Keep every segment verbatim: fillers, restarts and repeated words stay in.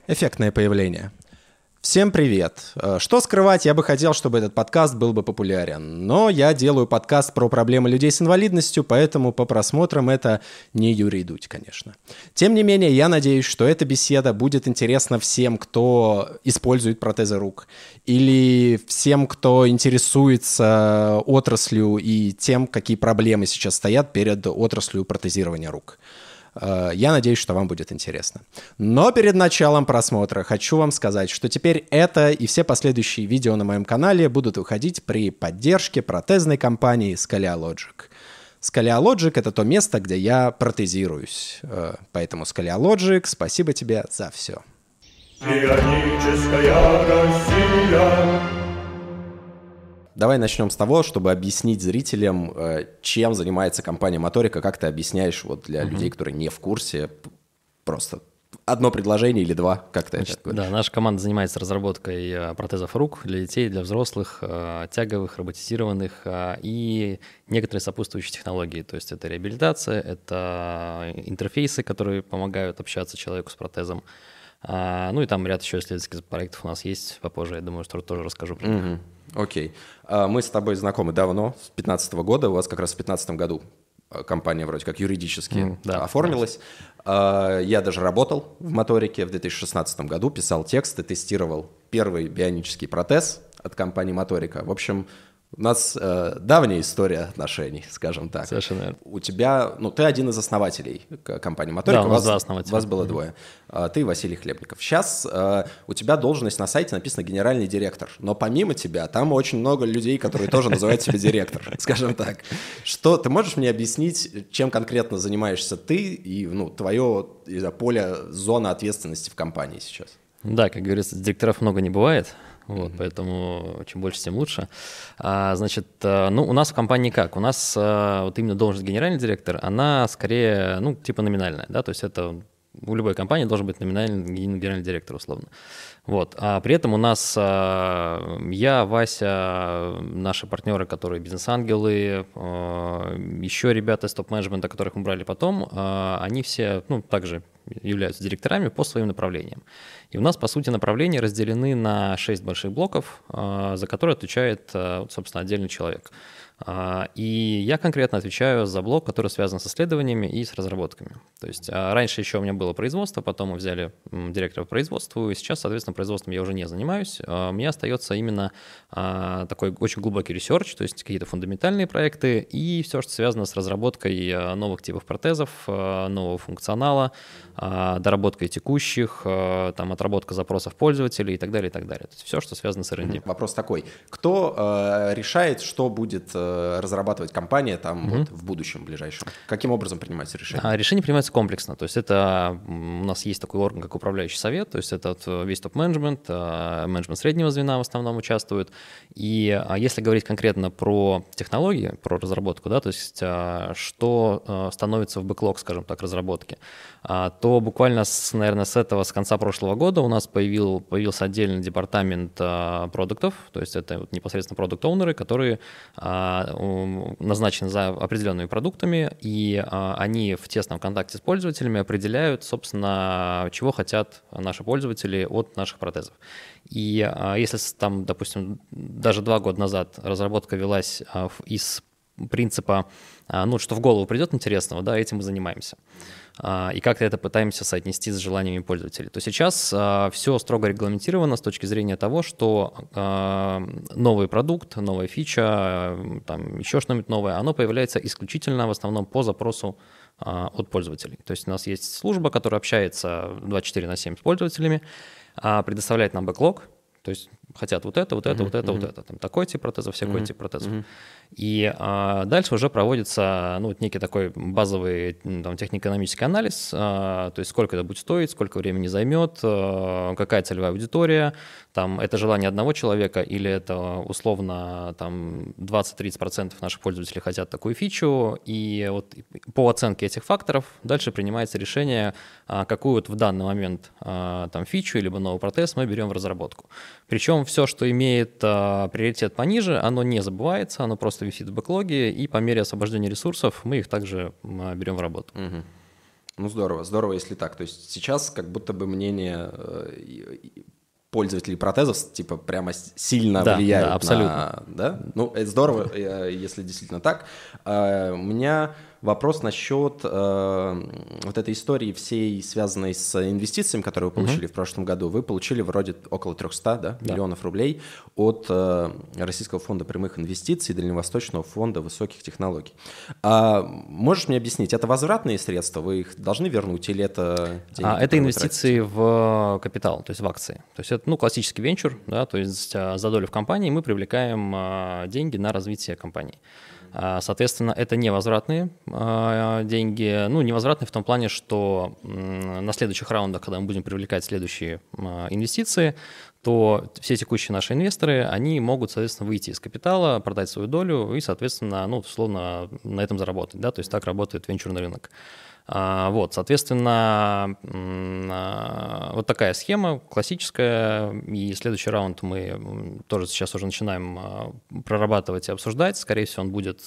Эффектное появление. Всем привет. Что скрывать, я бы хотел, чтобы этот подкаст был бы популярен. Но я делаю подкаст про проблемы людей с инвалидностью, поэтому по просмотрам это не Юрий Дудь, конечно. Тем не менее, я надеюсь, что эта беседа будет интересна всем, кто использует протезы рук, или всем, кто интересуется отраслью и тем, какие проблемы сейчас стоят перед отраслью протезирования рук. Я надеюсь, что вам будет интересно. Но перед началом просмотра хочу вам сказать, что теперь это и все последующие видео на моем канале будут выходить при поддержке протезной компании Scaleologic. Scaleologic — это то место, где я протезируюсь. Поэтому Scaleologic, спасибо тебе за все. Бионическая Россия. Давай начнем с того, чтобы объяснить зрителям, чем занимается компания Моторика, как ты объясняешь вот для uh-huh. людей, которые не в курсе, просто одно предложение или два, как ты Значит, это говоришь? Да, наша команда занимается разработкой протезов рук для детей, для взрослых, тяговых, роботизированных и некоторые сопутствующие технологии. То есть это реабилитация, это интерфейсы, которые помогают общаться человеку с протезом. Ну и там ряд еще исследовательских проектов у нас есть, попозже, я думаю, что тоже расскажу про них. Uh-huh. Окей. Okay. Мы с тобой знакомы давно, с две тысячи пятнадцатого года. У вас как раз в две тысячи пятнадцатом году компания вроде как юридически mm, да, оформилась. Да. Я даже работал в Моторике в две тысячи шестнадцатом году, писал тексты, тестировал первый бионический протез от компании Моторика. В общем, у нас э, давняя история отношений, скажем так. Совершенно верно. У тебя, ну, ты один из основателей компании Моторика. Да, у нас два основателя. Вас было mm-hmm. двое. А, ты и Василий Хлебников. Сейчас э, у тебя должность на сайте написано «генеральный директор», но помимо тебя там очень много людей, которые тоже называют себя директор, скажем так. Что ты можешь мне объяснить, чем конкретно занимаешься ты и, ну, твое поле, зона ответственности в компании сейчас? Да, как говорится, директоров много не бывает. Вот, mm-hmm. поэтому чем больше, тем лучше. А, значит, ну, у нас в компании как? У нас а, вот именно должность генеральный директор, она скорее, ну, типа номинальная, да, то есть это у любой компании должен быть номинальный генеральный директор, условно. Вот. А при этом у нас а, я, Вася, наши партнеры, которые бизнес-ангелы, а, еще ребята из топ-менеджмента, которых мы брали потом, а, они все, ну, также являются директорами по своим направлениям. И у нас, по сути, направления разделены на шесть больших блоков, за которые отвечает, собственно, отдельный человек. И я конкретно отвечаю за блок, который связан с исследованиями и с разработками. То есть раньше еще у меня было производство, потом мы взяли директора по производству, и сейчас, соответственно, производством я уже не занимаюсь. У меня остается именно такой очень глубокий ресерч, то есть какие-то фундаментальные проекты и все, что связано с разработкой новых типов протезов, нового функционала, доработкой текущих, там, отработка запросов пользователей и так далее, и так далее. То есть все, что связано с эр энд ди. Вопрос такой. Кто э, решает, что будет э, разрабатывать компания там, mm-hmm. вот, в будущем, в ближайшем? Каким образом принимается решение? А, решение принимается комплексно. То есть это у нас есть такой орган, как управляющий совет, то есть это весь топ-менеджмент, менеджмент среднего звена в основном участвует. И если говорить конкретно про технологии, про разработку, да, то есть что становится в бэклог, скажем так, разработки, то буквально, с, наверное, с этого, с конца прошлого года у нас появил, появился отдельный департамент а, продуктов, то есть это вот непосредственно продукт-оунеры, которые а, у, назначены за определенными продуктами, и а, они в тесном контакте с пользователями определяют, собственно, чего хотят наши пользователи от наших протезов. И а, если там, допустим, даже два года назад разработка велась а, из принципа, а, ну, что в голову придет интересного, да, этим мы занимаемся. И как-то это пытаемся соотнести с желаниями пользователей. То сейчас а, все строго регламентировано с точки зрения того, что а, новый продукт, новая фича, там, еще что-нибудь новое, оно появляется исключительно в основном по запросу а, от пользователей. То есть у нас есть служба, которая общается двадцать четыре на семь с пользователями, а, предоставляет нам бэклог, то есть хотят вот это, вот это, mm-hmm. вот это, mm-hmm. вот это, там такой тип протезов, всякой mm-hmm. тип протезов. Mm-hmm. И а, дальше уже проводится, ну, вот некий такой базовый там, технико-экономический анализ, а, то есть сколько это будет стоить, сколько времени займет, а, какая целевая аудитория, там, это желание одного человека или это условно там, двадцать-тридцать процентов наших пользователей хотят такую фичу, и вот по оценке этих факторов дальше принимается решение, а, какую вот в данный момент а, там, фичу либо новый протез мы берем в разработку. Причем все, что имеет а, приоритет пониже, оно не забывается, оно просто висит в бэклоге, и по мере освобождения ресурсов мы их также а, берем в работу. Угу. Ну, здорово, здорово, если так. То есть сейчас как будто бы мнение пользователей протезов типа прямо сильно да, влияют да, абсолютно. на... Да? Ну, это здорово, если действительно так. У меня вопрос насчет э, вот этой истории всей, связанной с инвестициями, которые вы получили угу. в прошлом году. Вы получили вроде около триста да, да. миллионов рублей от э, Российского фонда прямых инвестиций и Дальневосточного фонда высоких технологий. А можешь мне объяснить, это возвратные средства? Вы их должны вернуть или это деньги? А, это инвестиции в капитал, то есть в акции. То есть это ну, классический венчур, да, то есть за долю в компании мы привлекаем а, деньги на развитие компании. Соответственно, это невозвратные деньги, ну, невозвратные в том плане, что на следующих раундах, когда мы будем привлекать следующие инвестиции, то все текущие наши инвесторы, они могут, соответственно, выйти из капитала, продать свою долю и, соответственно, ну, условно, на этом заработать, да, то есть так работает венчурный рынок. Вот, соответственно, вот такая схема классическая, и следующий раунд мы тоже сейчас уже начинаем прорабатывать и обсуждать. Скорее всего, он будет...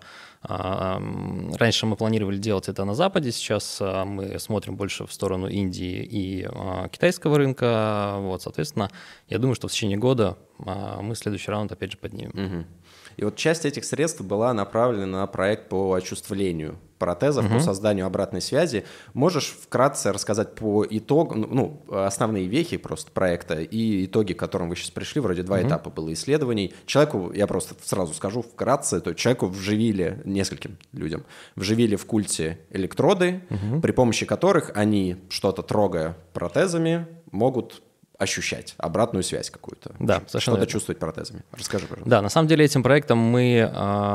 Раньше мы планировали делать это на Западе, сейчас мы смотрим больше в сторону Индии и китайского рынка. Вот, соответственно, я думаю, что в течение года мы следующий раунд опять же поднимем. Угу. И вот часть этих средств была направлена на проект по очувствлению протезов, угу. по созданию обратной связи. Можешь вкратце рассказать по итогам, ну, основные вехи просто проекта и итоги, к которым вы сейчас пришли? Вроде два угу. этапа было исследований. Человеку, я просто сразу скажу вкратце, то человеку вживили, нескольким людям, вживили в культе электроды, угу. при помощи которых они, что-то трогая протезами, могут ощущать обратную связь какую-то, да, что-то чувствовать протезами. Расскажи, пожалуйста. Да, на самом деле этим проектом мы,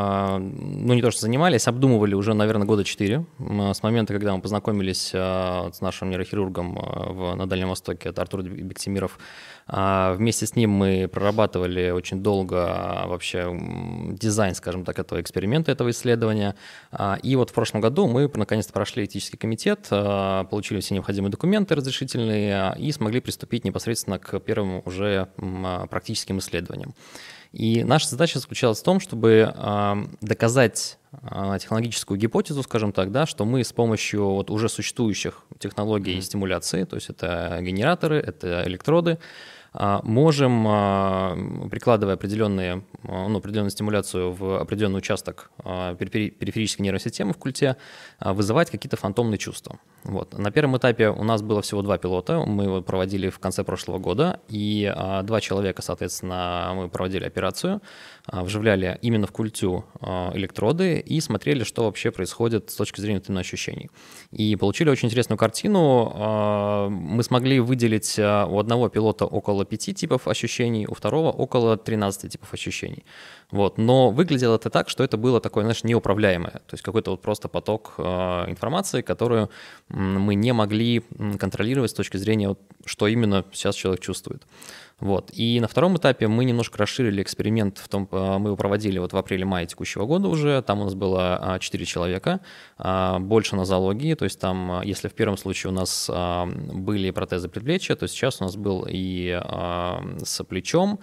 ну не то что занимались, обдумывали уже, наверное, года четыре, с момента, когда мы познакомились с нашим нейрохирургом в, на Дальнем Востоке, это Артур Бектимиров. Вместе с ним мы прорабатывали очень долго вообще дизайн, скажем так, этого эксперимента, этого исследования. И вот в прошлом году мы наконец-то прошли этический комитет, получили все необходимые документы разрешительные и смогли приступить непосредственно к первым уже практическим исследованиям. И наша задача заключалась в том, чтобы доказать технологическую гипотезу, скажем так, да, что мы с помощью вот уже существующих технологий стимуляции, то есть это генераторы, это электроды, можем, прикладывая определенные, ну, определенную стимуляцию в определенный участок периферической нервной системы в культе, вызывать какие-то фантомные чувства. Вот. На первом этапе у нас было всего два пилота, мы его проводили в конце прошлого года, и два человека, соответственно, мы проводили операцию, вживляли именно в культю электроды и смотрели, что вообще происходит с точки зрения ощущений. И получили очень интересную картину. Мы смогли выделить у одного пилота около пяти типов ощущений, у второго около тринадцати типов ощущений. Вот. Но выглядело это так, что это было такое, знаешь, неуправляемое, то есть какой-то вот просто поток э, информации, которую мы не могли контролировать с точки зрения, вот, что именно сейчас человек чувствует. Вот. И на втором этапе мы немножко расширили эксперимент, в том, мы его проводили вот в апреле-мае текущего года уже, там у нас было четыре человека, больше нозологии, то есть там, если в первом случае у нас были протезы предплечья, то сейчас у нас был и с плечом,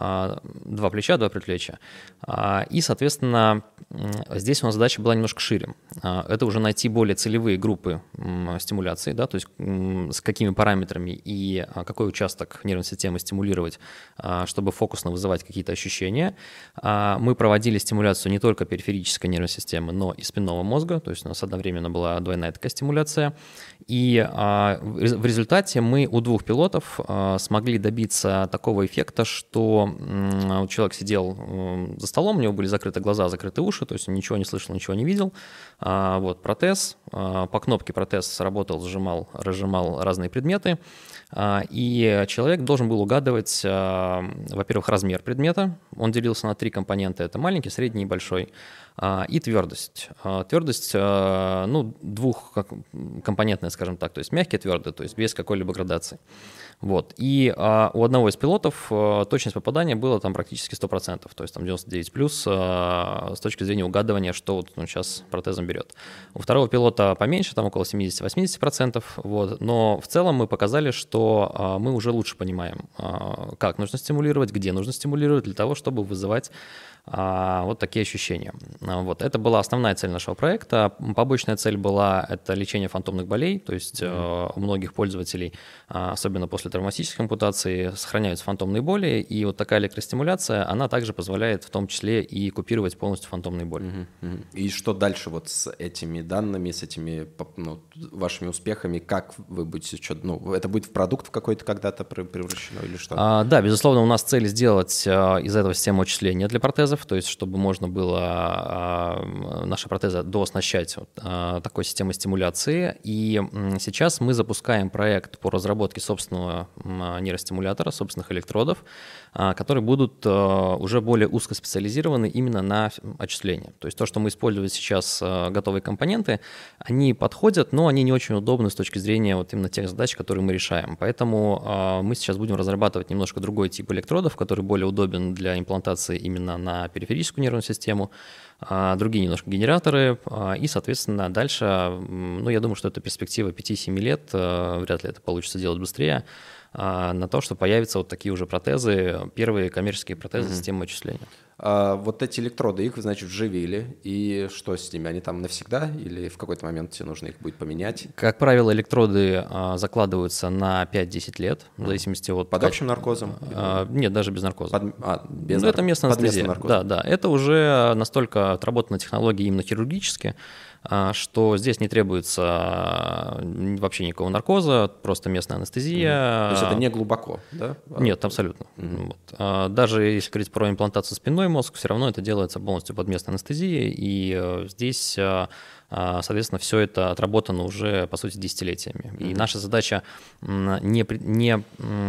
два плеча, два предплечья. И, соответственно, здесь у нас задача была немножко шире. Это уже найти более целевые группы стимуляции, да, то есть с какими параметрами и какой участок нервной системы стимулировать, чтобы фокусно вызывать какие-то ощущения. Мы проводили стимуляцию не только периферической нервной системы, но и спинного мозга, то есть у нас одновременно была двойная такая стимуляция. И в результате мы у двух пилотов смогли добиться такого эффекта, что человек сидел за столом, у него были закрыты глаза, закрыты уши, то есть он ничего не слышал, ничего не видел. Вот протез, по кнопке протез работал, сжимал, разжимал разные предметы, и человек должен был угадывать, во-первых, размер предмета, он делился на три компонента, это маленький, средний и большой, и твердость. Твердость, ну, двухкомпонентная, скажем так, то есть мягкий, твердый, то есть без какой-либо градации. Вот. И а, у одного из пилотов а, точность попадания была там практически сто процентов, то есть там девяносто девять плюс а, с точки зрения угадывания, что вот он сейчас протезом берет. У второго пилота поменьше, там около семьдесят-восемьдесят процентов, вот. Но в целом мы показали, что а, мы уже лучше понимаем, а, как нужно стимулировать, где нужно стимулировать, для того, чтобы вызывать а, вот такие ощущения. Вот. Это была основная цель нашего проекта. Побочная цель была это лечение фантомных болей, то есть mm-hmm. у многих пользователей, особенно после травматической ампутации, сохраняются фантомные боли, и вот такая электростимуляция, она также позволяет в том числе и купировать полностью фантомные боли. Mm-hmm. И что дальше вот с этими данными, с этими ну, вашими успехами, как вы будете, что, ну, это будет в продукт какой-то когда-то превращено или что? А, да, безусловно, у нас цель сделать а, из этого систему отчисления для протезов, то есть чтобы можно было а, наши протезы дооснащать вот, а, такой системой стимуляции. И м, сейчас мы запускаем проект по разработке собственного м, нейростимулятора, собственных электродов, а, которые будут а, уже более узкоспециализированы именно на отчисление. То есть то, что мы используем сейчас а, готовые компоненты, они подходят, но они не очень удобны с точки зрения вот именно тех задач, которые мы решаем. Поэтому а, мы сейчас будем разрабатывать немножко другой тип электродов, который более удобен для имплантации именно на периферическую нервную систему, а, другие немножко генераторы, а, и, соответственно, дальше, ну, я думаю, что это перспектива пяти-семи лет, а, вряд ли это получится делать быстрее, а, на то, что появятся вот такие уже протезы, первые коммерческие протезы mm-hmm. системы отчисления. А, вот эти электроды, их, значит, вживили, и что с ними? Они там навсегда или в какой-то момент тебе нужно их будет поменять? Как правило, электроды а, закладываются на пять-десять лет, в зависимости от... Под общим наркозом? А, нет, даже без наркоза. Под, а, без ну, нар... это местная анестезия. Да, да. Это уже настолько отработана технология именно хирургически, что здесь не требуется вообще никакого наркоза, просто местная анестезия. Mm-hmm. То есть это не глубоко, да? Нет, абсолютно. Mm-hmm. Вот. Даже если говорить про имплантацию спинной мозг, все равно это делается полностью под местной анестезией, и здесь, соответственно, все это отработано уже, по сути, десятилетиями. Mm-hmm. И наша задача не, не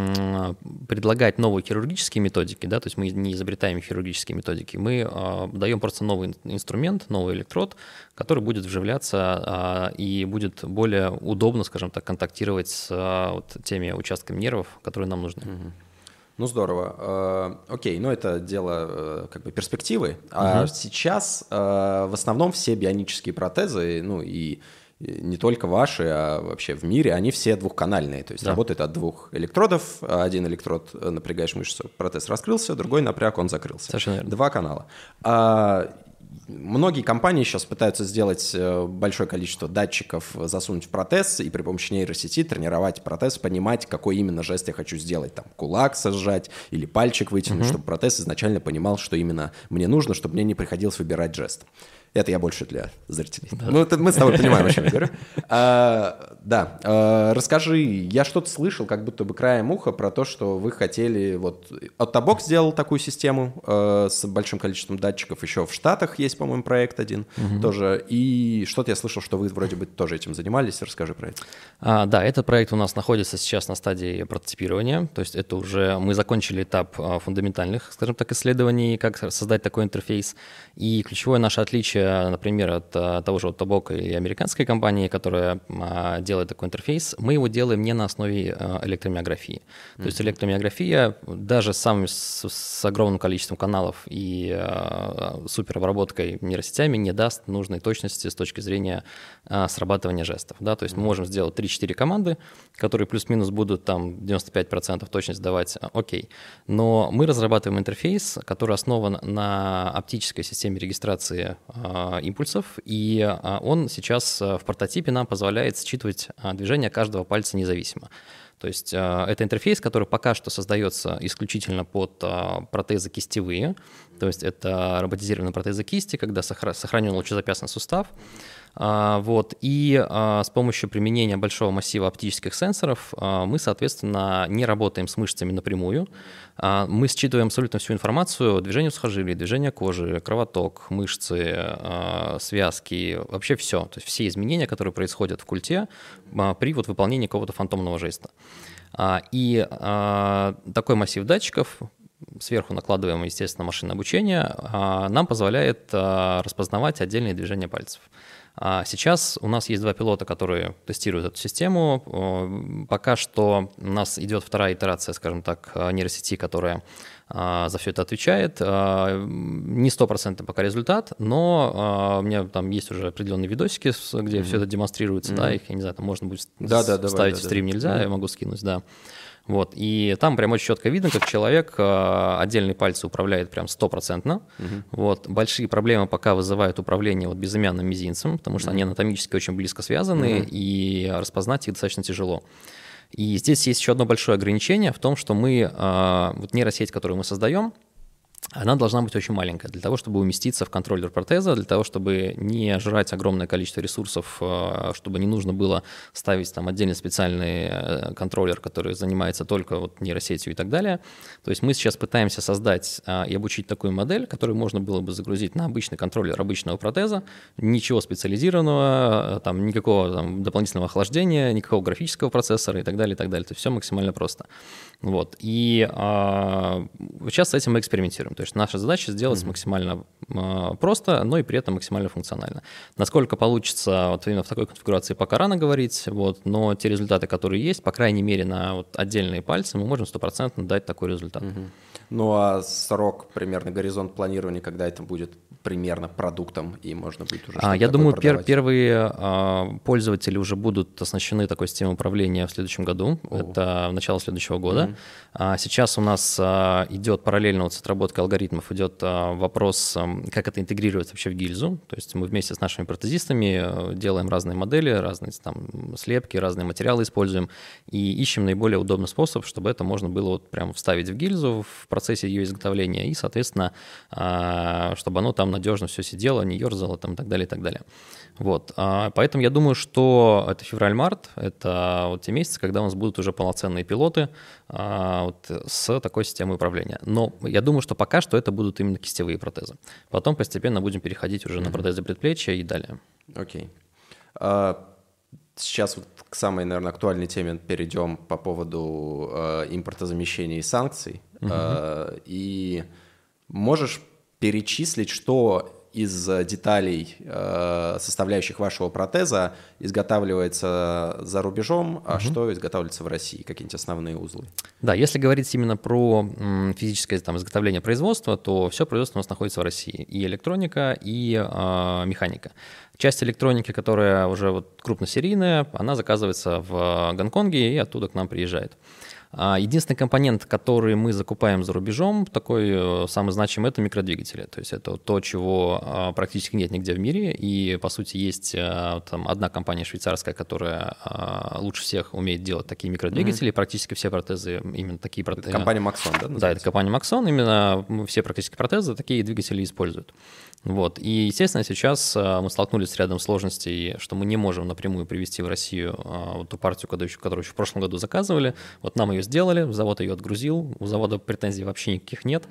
предлагать новые хирургические методики, да, то есть мы не изобретаем хирургические методики, мы даем просто новый инструмент, новый электрод, который будет вживляться а, и будет более удобно, скажем так, контактировать с а, вот, теми участками нервов, которые нам нужны. Угу. Ну, здорово. А, окей, ну это дело как бы перспективы. А угу. сейчас а, в основном все бионические протезы, ну и не только ваши, а вообще в мире, они все двухканальные, то есть да. работают от двух электродов. Один электрод напрягаешь мышцу, протез раскрылся, другой напряг, он закрылся. Совершенно верно. Два канала. А, Многие компании сейчас пытаются сделать большое количество датчиков, засунуть в протез и при помощи нейросети тренировать протез, понимать, какой именно жест я хочу сделать. Там кулак сожать или пальчик вытянуть, mm-hmm. чтобы протез изначально понимал, что именно мне нужно, чтобы мне не приходилось выбирать жест. Это я больше для зрителей. Да. Ну, это мы с тобой понимаем, о чем я говорю. А, да, а, расскажи, я что-то слышал, как будто бы краем уха, про то, что вы хотели... Вот Ottobock сделал такую систему а, с большим количеством датчиков. Еще в Штатах есть, по-моему, проект один угу. тоже. И что-то я слышал, что вы вроде бы тоже этим занимались. Расскажи про это. А, да, этот проект у нас находится сейчас на стадии прототипирования. То есть это уже... Мы закончили этап фундаментальных, скажем так, исследований, как создать такой интерфейс. И ключевое наше отличие, например, от того же Ottobock и американской компании, которая а, делает такой интерфейс, мы его делаем не на основе а, электромиографии. Mm-hmm. То есть электромиография даже с, самым, с, с огромным количеством каналов и а, суперобработкой нейросетями не даст нужной точности с точки зрения а, срабатывания жестов. Да? То есть mm-hmm. мы можем сделать три-четыре команды, которые плюс-минус будут там девяносто пять процентов точность давать, окей. Но мы разрабатываем интерфейс, который основан на оптической системе регистрации импульсов, и он сейчас в прототипе нам позволяет считывать движение каждого пальца независимо. То есть это интерфейс, который пока что создается исключительно под протезы кистевые, то есть это роботизированные протезы кисти, когда сохранен лучезапястный сустав. Вот. И с помощью применения большого массива оптических сенсоров мы, соответственно, не работаем с мышцами напрямую. Мы считываем абсолютно всю информацию: движение сухожилий, движение кожи, кровоток, мышцы, связки, вообще все. То есть все изменения, которые происходят в культе при вот выполнении какого-то фантомного жеста. И такой массив датчиков, сверху накладываем, естественно, машинное обучение, нам позволяет распознавать отдельные движения пальцев. Сейчас у нас есть два пилота, которые тестируют эту систему. Пока что у нас идет вторая итерация, скажем так, нейросети, которая за все это отвечает. Не стопроцентный пока результат, но у меня там есть уже определенные видосики, где mm-hmm. все это демонстрируется, mm-hmm. да, их, я не знаю, там можно будет да, да, вставить давай, в стрим, да, нельзя, да. я могу скинуть, да. Вот, и там прям очень четко видно, как человек отдельные пальцы управляет прям стопроцентно. Угу. Вот, большие проблемы пока вызывают управление вот безымянным мизинцем, потому что угу. они анатомически очень близко связаны, угу. и распознать их достаточно тяжело. И здесь есть еще одно большое ограничение в том, что мы, вот нейросеть, которую мы создаем, она должна быть очень маленькая для того, чтобы уместиться в контроллер протеза, для того, чтобы не жрать огромное количество ресурсов, чтобы не нужно было ставить там отдельный специальный контроллер, который занимается только вот нейросетью и так далее. То есть мы сейчас пытаемся создать и обучить такую модель, которую можно было бы загрузить на обычный контроллер обычного протеза, ничего специализированного, там, никакого там, дополнительного охлаждения, никакого графического процессора и так далее, и так далее. То есть все максимально просто. Вот. И а, сейчас с этим мы экспериментируем. То есть наша задача сделать mm-hmm. максимально а, просто, но и при этом максимально функционально. Насколько получится вот именно в такой конфигурации, пока рано говорить, вот, но те результаты, которые есть, по крайней мере на вот, отдельные пальцы, мы можем стопроцентно дать такой результат. Mm-hmm. Ну а срок, примерно горизонт планирования, когда это будет примерно продуктом и можно будет уже а, Я думаю, пер- первые а, пользователи уже будут оснащены такой системой управления в следующем году. Oh. Это начало следующего года. Mm-hmm. А, сейчас у нас а, идет параллельно вот с отработкой алгоритмов, идет а, вопрос, а, как это интегрировать вообще в гильзу. То есть мы вместе с нашими протезистами делаем разные модели, разные там слепки, разные материалы используем и ищем наиболее удобный способ, чтобы это можно было вот прямо вставить в гильзу в процессе ее изготовления и, соответственно, а, чтобы оно там надежно все сидело, не ерзало там, и так далее, и так далее. Вот. А, поэтому я думаю, что это февраль-март, это вот те месяцы, когда у нас будут уже полноценные пилоты а, вот, с такой системой управления. Но я думаю, что пока что это будут именно кистевые протезы. Потом постепенно будем переходить уже mm-hmm. на протезы предплечья и далее. Окей. Okay. Uh... Сейчас вот к самой, наверное, актуальной теме перейдем по поводу э, импортозамещения и санкций. Угу. Э, и можешь перечислить, что из деталей, э, составляющих вашего протеза, изготавливается за рубежом, а угу. что изготавливается в России? Какие-нибудь основные узлы? Да, если говорить именно про м, физическое там, изготовление производства, то все производство у нас находится в России. И электроника, и э, механика. Часть электроники, которая уже вот крупносерийная, она заказывается в Гонконге и оттуда к нам приезжает. Единственный компонент, который мы закупаем за рубежом, такой самый значимый, это микродвигатели. То есть это то, чего практически нет нигде в мире. И, по сути, есть там одна компания швейцарская, которая лучше всех умеет делать такие микродвигатели. Mm-hmm. Практически все протезы именно такие протезы. Компания Maxon, да? Называется? Да, это компания Maxon. Именно все практически протезы такие двигатели используют. Вот. И, естественно, сейчас мы столкнулись с рядом сложностей, что мы не можем напрямую привезти в Россию вот ту партию, которую еще, которую еще в прошлом году заказывали. Вот нам ее сделали, завод ее отгрузил, у завода претензий вообще никаких нет.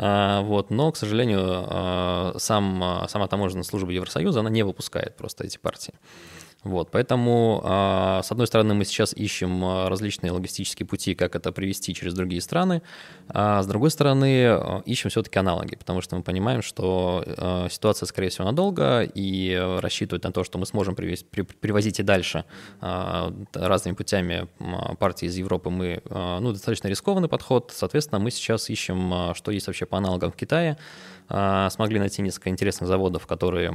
Вот. Но, к сожалению, сам, сама таможенная служба Евросоюза, она не выпускает просто эти партии. Вот, поэтому, с одной стороны, мы сейчас ищем различные логистические пути, как это привести через другие страны, а с другой стороны, ищем все-таки аналоги, потому что мы понимаем, что ситуация, скорее всего, надолго, и рассчитывать на то, что мы сможем привез, при, привозить и дальше разными путями партии из Европы, мы, ну, достаточно рискованный подход. Соответственно, мы сейчас ищем, что есть вообще по аналогам в Китае. Смогли найти несколько интересных заводов, которые,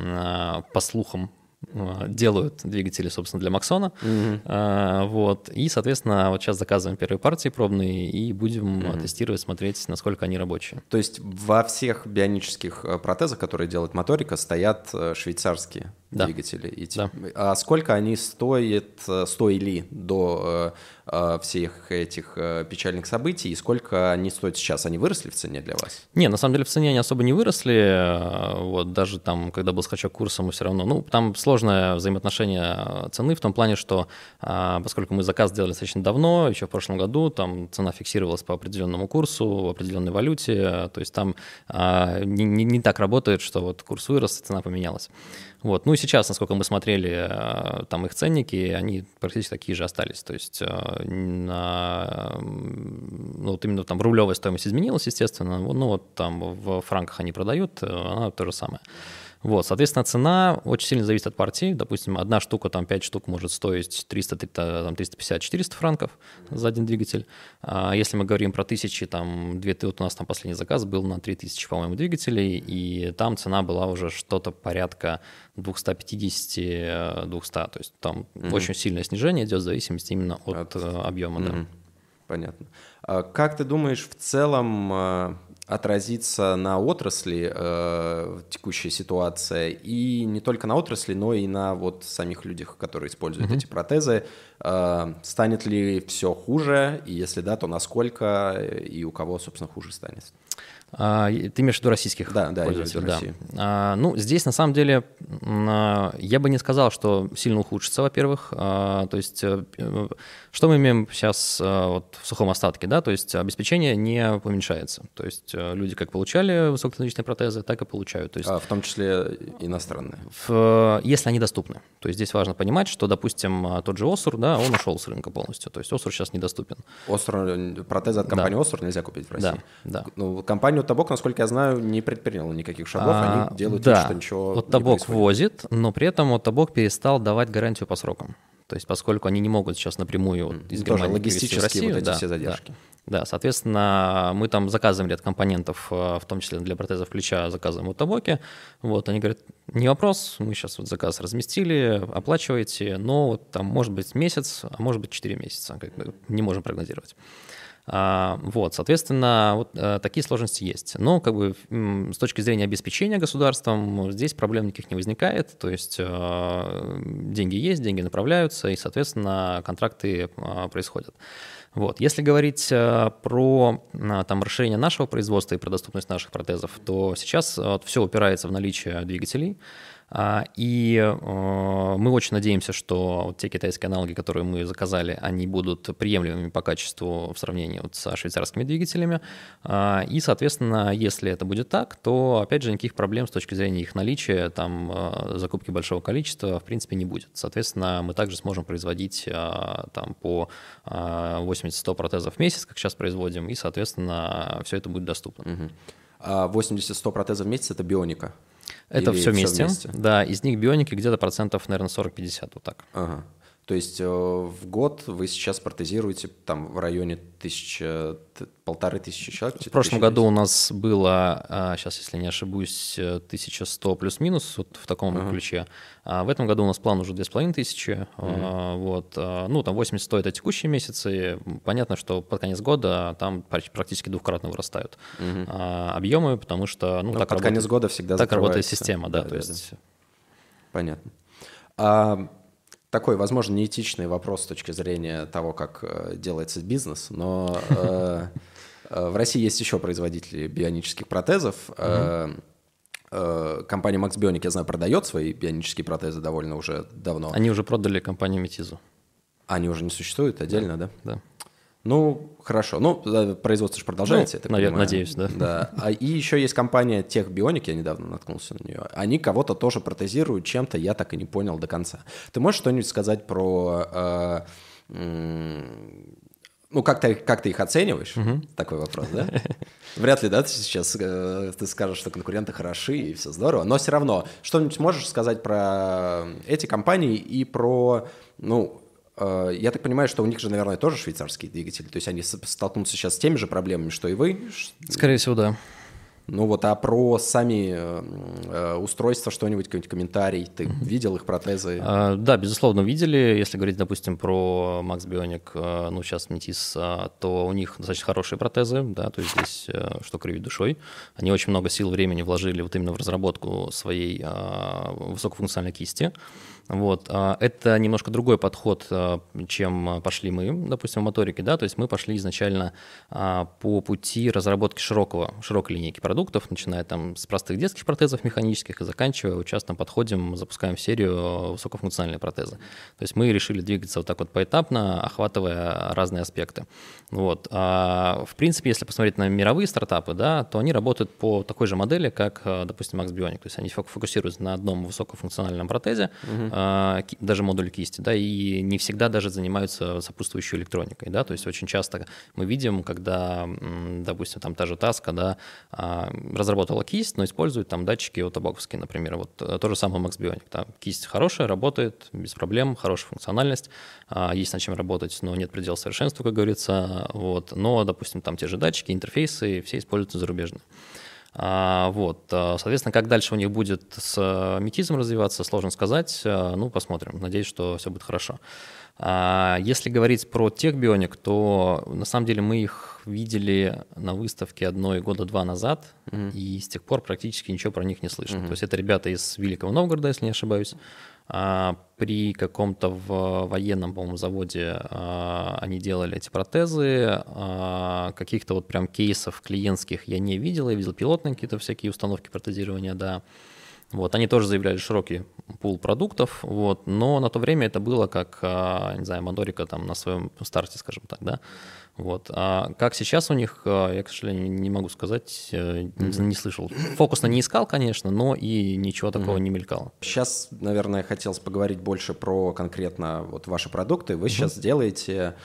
по слухам, делают двигатели, собственно, для Максона. Mm-hmm. А, вот. И, соответственно, вот сейчас заказываем первые партии пробные и будем mm-hmm. тестировать, смотреть, насколько они рабочие. То есть во всех бионических протезах, которые делает моторика, стоят швейцарские да. двигатели. И да. А сколько они стоят, стоили до э, всех этих э, печальных событий, и сколько они стоят сейчас? Они выросли в цене для вас? Не, на самом деле в цене они особо не выросли. Вот, даже там, когда был скачок курса, мы все равно... Ну, там сложное взаимоотношение цены в том плане, что а, поскольку мы заказ сделали достаточно давно, еще в прошлом году, там цена фиксировалась по определенному курсу, в определенной валюте, то есть там а, не, не, не так работает, что вот курс вырос, цена поменялась. Вот. Ну и сейчас, насколько мы смотрели, там их ценники, они практически такие же остались. То есть на, ну, вот именно там рублевая стоимость изменилась, естественно, ну вот там в франках они продают, она то же самое. Вот, соответственно, цена очень сильно зависит от партии. Допустим, одна штука, там пять штук может стоить триста, там, триста пятьдесят - четыреста франков за один двигатель. А если мы говорим про тысячи, там, две, вот у нас там последний заказ был на три тысячи, по-моему, двигателей, и там цена была уже что-то порядка двести пятьдесят - двести. То есть там mm-hmm. очень сильное снижение идет в зависимости именно от, от... объема. Mm-hmm. Да. Понятно. А как ты думаешь, в целом отразится на отрасли э, текущая ситуация, и не только на отрасли, но и на вот самих людях, которые используют mm-hmm. эти протезы? Э, станет ли все хуже, и если да, то насколько, и у кого, собственно, хуже станет? А, ты имеешь в виду российских да, да, пользователей? Да, а, ну, здесь, на самом деле, я бы не сказал, что сильно ухудшится, во-первых. А, то есть, что мы имеем сейчас вот, в сухом остатке? Да? То есть, обеспечение не уменьшается. То есть, люди как получали высокотехнологичные протезы, так и получают. То есть, а, в том числе иностранные? В, если они доступны. То есть, здесь важно понимать, что, допустим, тот же Осур, да, он ушел с рынка полностью. То есть, Осур сейчас недоступен. Осур, протезы от компании да. Осур нельзя купить в России? Да, да. Ну, компания Оттобок, насколько я знаю, не предприняла никаких шагов, а, они делают да. вид, что ничего Оттобок не происходит. возит, но при этом Оттобок перестал давать гарантию по срокам. То есть поскольку они не могут сейчас напрямую вот, из Тоже Германии логистические в Россию, вот эти да, все задержки. Да. да, соответственно, мы там заказываем ряд компонентов, в том числе для протезов плеча, заказываем в Оттобоке. Вот, они говорят, не вопрос, мы сейчас вот заказ разместили, оплачиваете, но вот, там может быть месяц, а может быть четыре месяца, как бы не можем прогнозировать. А, вот, соответственно, вот а, такие сложности есть. Но как бы с точки зрения обеспечения государством здесь проблем никаких не возникает. То есть а, деньги есть, деньги направляются, и, соответственно, контракты а, происходят. Вот. Если говорить а, про а, там, расширение нашего производства и про доступность наших протезов, то сейчас вот, все упирается в наличие двигателей. И мы очень надеемся, что вот те китайские аналоги, которые мы заказали, они будут приемлемыми по качеству в сравнении вот со швейцарскими двигателями. И, соответственно, если это будет так, то, опять же, никаких проблем с точки зрения их наличия, там, закупки большого количества, в принципе, не будет. Соответственно, мы также сможем производить там, по восемьдесят-сто протезов в месяц, как сейчас производим, и, соответственно, все это будет доступно. Угу. А восемьдесят-сто протезов в месяц – это бионика? Это все вместе. все вместе? Да, из них бионики где-то процентов, наверное, сорок-пятьдесят, вот так. Ага. То есть э, в год вы сейчас протезируете там в районе тысячи, полторы тысячи человек? В прошлом году у нас было, сейчас, если не ошибусь, тысяча сто плюс-минус вот в таком uh-huh. ключе. А в этом году у нас план уже две с половиной тысячи. Uh-huh. Вот. Ну, там восемьдесят-сто – это текущие месяцы. Понятно, что под конец года там практически двухкратно вырастают uh-huh. объемы, потому что… Ну, Но так под работает, конец года всегда так работает система, да. да, то да, есть… да. Понятно. А… Такой, возможно, неэтичный вопрос с точки зрения того, как э, делается бизнес, но э, э, в России есть еще производители бионических протезов. Э, э, компания Max Bionic, я знаю, продает свои бионические протезы довольно уже давно. Они уже продали компанию Метизу. Они уже не существуют отдельно, да? Да. Ну, хорошо. Ну, производство же продолжается, ну, я так наверное, понимаю. Надеюсь, да. Да. А, и еще есть компания Тех Бионик, я недавно наткнулся на нее. Они кого-то тоже протезируют чем-то, я так и не понял до конца. Ты можешь что-нибудь сказать про… Э, э, ну, как ты, как ты их оцениваешь? Угу. Такой вопрос, да? Вряд ли, да, ты сейчас э, ты скажешь, что конкуренты хороши и все здорово, но все равно. Что-нибудь можешь сказать про эти компании и про… ну. Я так понимаю, что у них же, наверное, тоже швейцарские двигатели, то есть они столкнутся сейчас с теми же проблемами, что и вы? Скорее всего, да. Ну вот, а про сами э, устройства что-нибудь, какой-нибудь комментарий? Ты mm-hmm. видел их протезы? А, да, безусловно, видели. Если говорить, допустим, про Max Bionic, ну сейчас Metis, то у них достаточно хорошие протезы, да, то есть здесь что кривить душой. Они очень много сил и времени вложили вот именно в разработку своей а, высокофункциональной кисти. Вот. Это немножко другой подход, чем пошли мы, допустим, в моторике, да, то есть мы пошли изначально по пути разработки широкого, широкой линейки продуктов, начиная там с простых детских протезов механических и заканчивая участным подходим, запускаем в серию высокофункциональные протезы. То есть мы решили двигаться вот так вот поэтапно, охватывая разные аспекты. Вот. В принципе, если посмотреть на мировые стартапы, да, то они работают по такой же модели, как, допустим, Max Bionic, то есть они фокусируются на одном высокофункциональном протезе, угу. даже модуль кисти, да, и не всегда даже занимаются сопутствующей электроникой, да, то есть очень часто мы видим, когда, допустим, там та же Таска, да, разработала кисть, но использует там датчики оттобоковские, например, вот то же самое Max Bionic, да, кисть хорошая, работает без проблем, хорошая функциональность, есть над чем работать, но нет предела совершенства, как говорится, вот, но, допустим, там те же датчики, интерфейсы, все используются зарубежно. А, вот, соответственно, как дальше у них будет с метизом развиваться, сложно сказать, ну, посмотрим, надеюсь, что все будет хорошо. Если говорить про TechBionic, то на самом деле мы их видели на выставке одной года два назад, mm-hmm. и с тех пор практически ничего про них не слышно. Mm-hmm. То есть это ребята из Великого Новгорода, если не ошибаюсь. При каком-то в военном, по-моему, заводе они делали эти протезы. Каких-то вот прям кейсов клиентских я не видел. Я видел пилотные какие-то всякие установки протезирования, да. Вот, они тоже заявляли широкий пул продуктов, вот, но на то время это было как, не знаю, Моторика там на своем старте, скажем так, да. Вот. А как сейчас у них, я, к сожалению, не могу сказать, mm-hmm. не слышал. Фокусно не искал, конечно, но и ничего такого mm-hmm. не мелькало. Сейчас, наверное, хотелось поговорить больше про конкретно вот ваши продукты. Вы mm-hmm. сейчас делаете,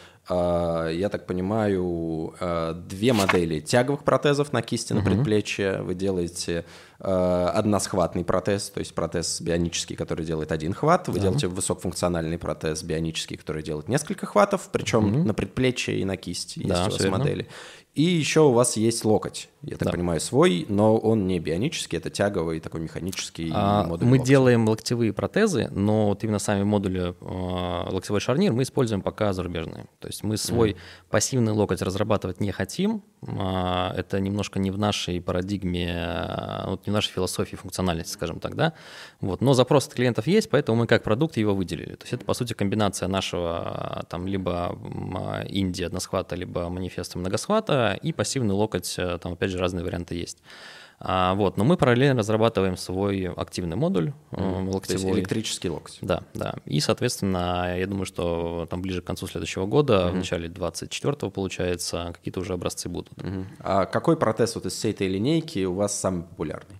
я так понимаю, две модели тяговых протезов на кисти, на mm-hmm. предплечье. Вы делаете односхватный протез, то есть протез бионический, который делает один хват. Вы yeah. делаете высокофункциональный протез бионический, который делает несколько хватов, причем mm-hmm. на предплечье и на кисти. Есть да, у вас модели. И еще у вас есть локоть, я так да. понимаю, свой, но он не бионический, это тяговый, такой механический а, модуль. Мы локтя. делаем локтевые протезы, но вот именно сами модули э, локтевой шарнир мы используем пока зарубежные. То есть мы свой mm. пассивный локоть разрабатывать не хотим, э, это немножко не в нашей парадигме, э, вот не в нашей философии функциональности, скажем так, да. Вот. Но запрос от клиентов есть, поэтому мы как продукт его выделили. То есть это, по сути, комбинация нашего там либо инди односхвата, либо манифеста многосхвата, и пассивный локоть, там опять же разные варианты есть. А, вот, но мы параллельно разрабатываем свой активный модуль mm-hmm. локтевой. То есть электрический локоть. Да, да. И, соответственно, я думаю, что там ближе к концу следующего года, mm-hmm. в начале двадцать четвёртого, получается, какие-то уже образцы будут. Mm-hmm. А какой протез вот из всей этой линейки у вас самый популярный?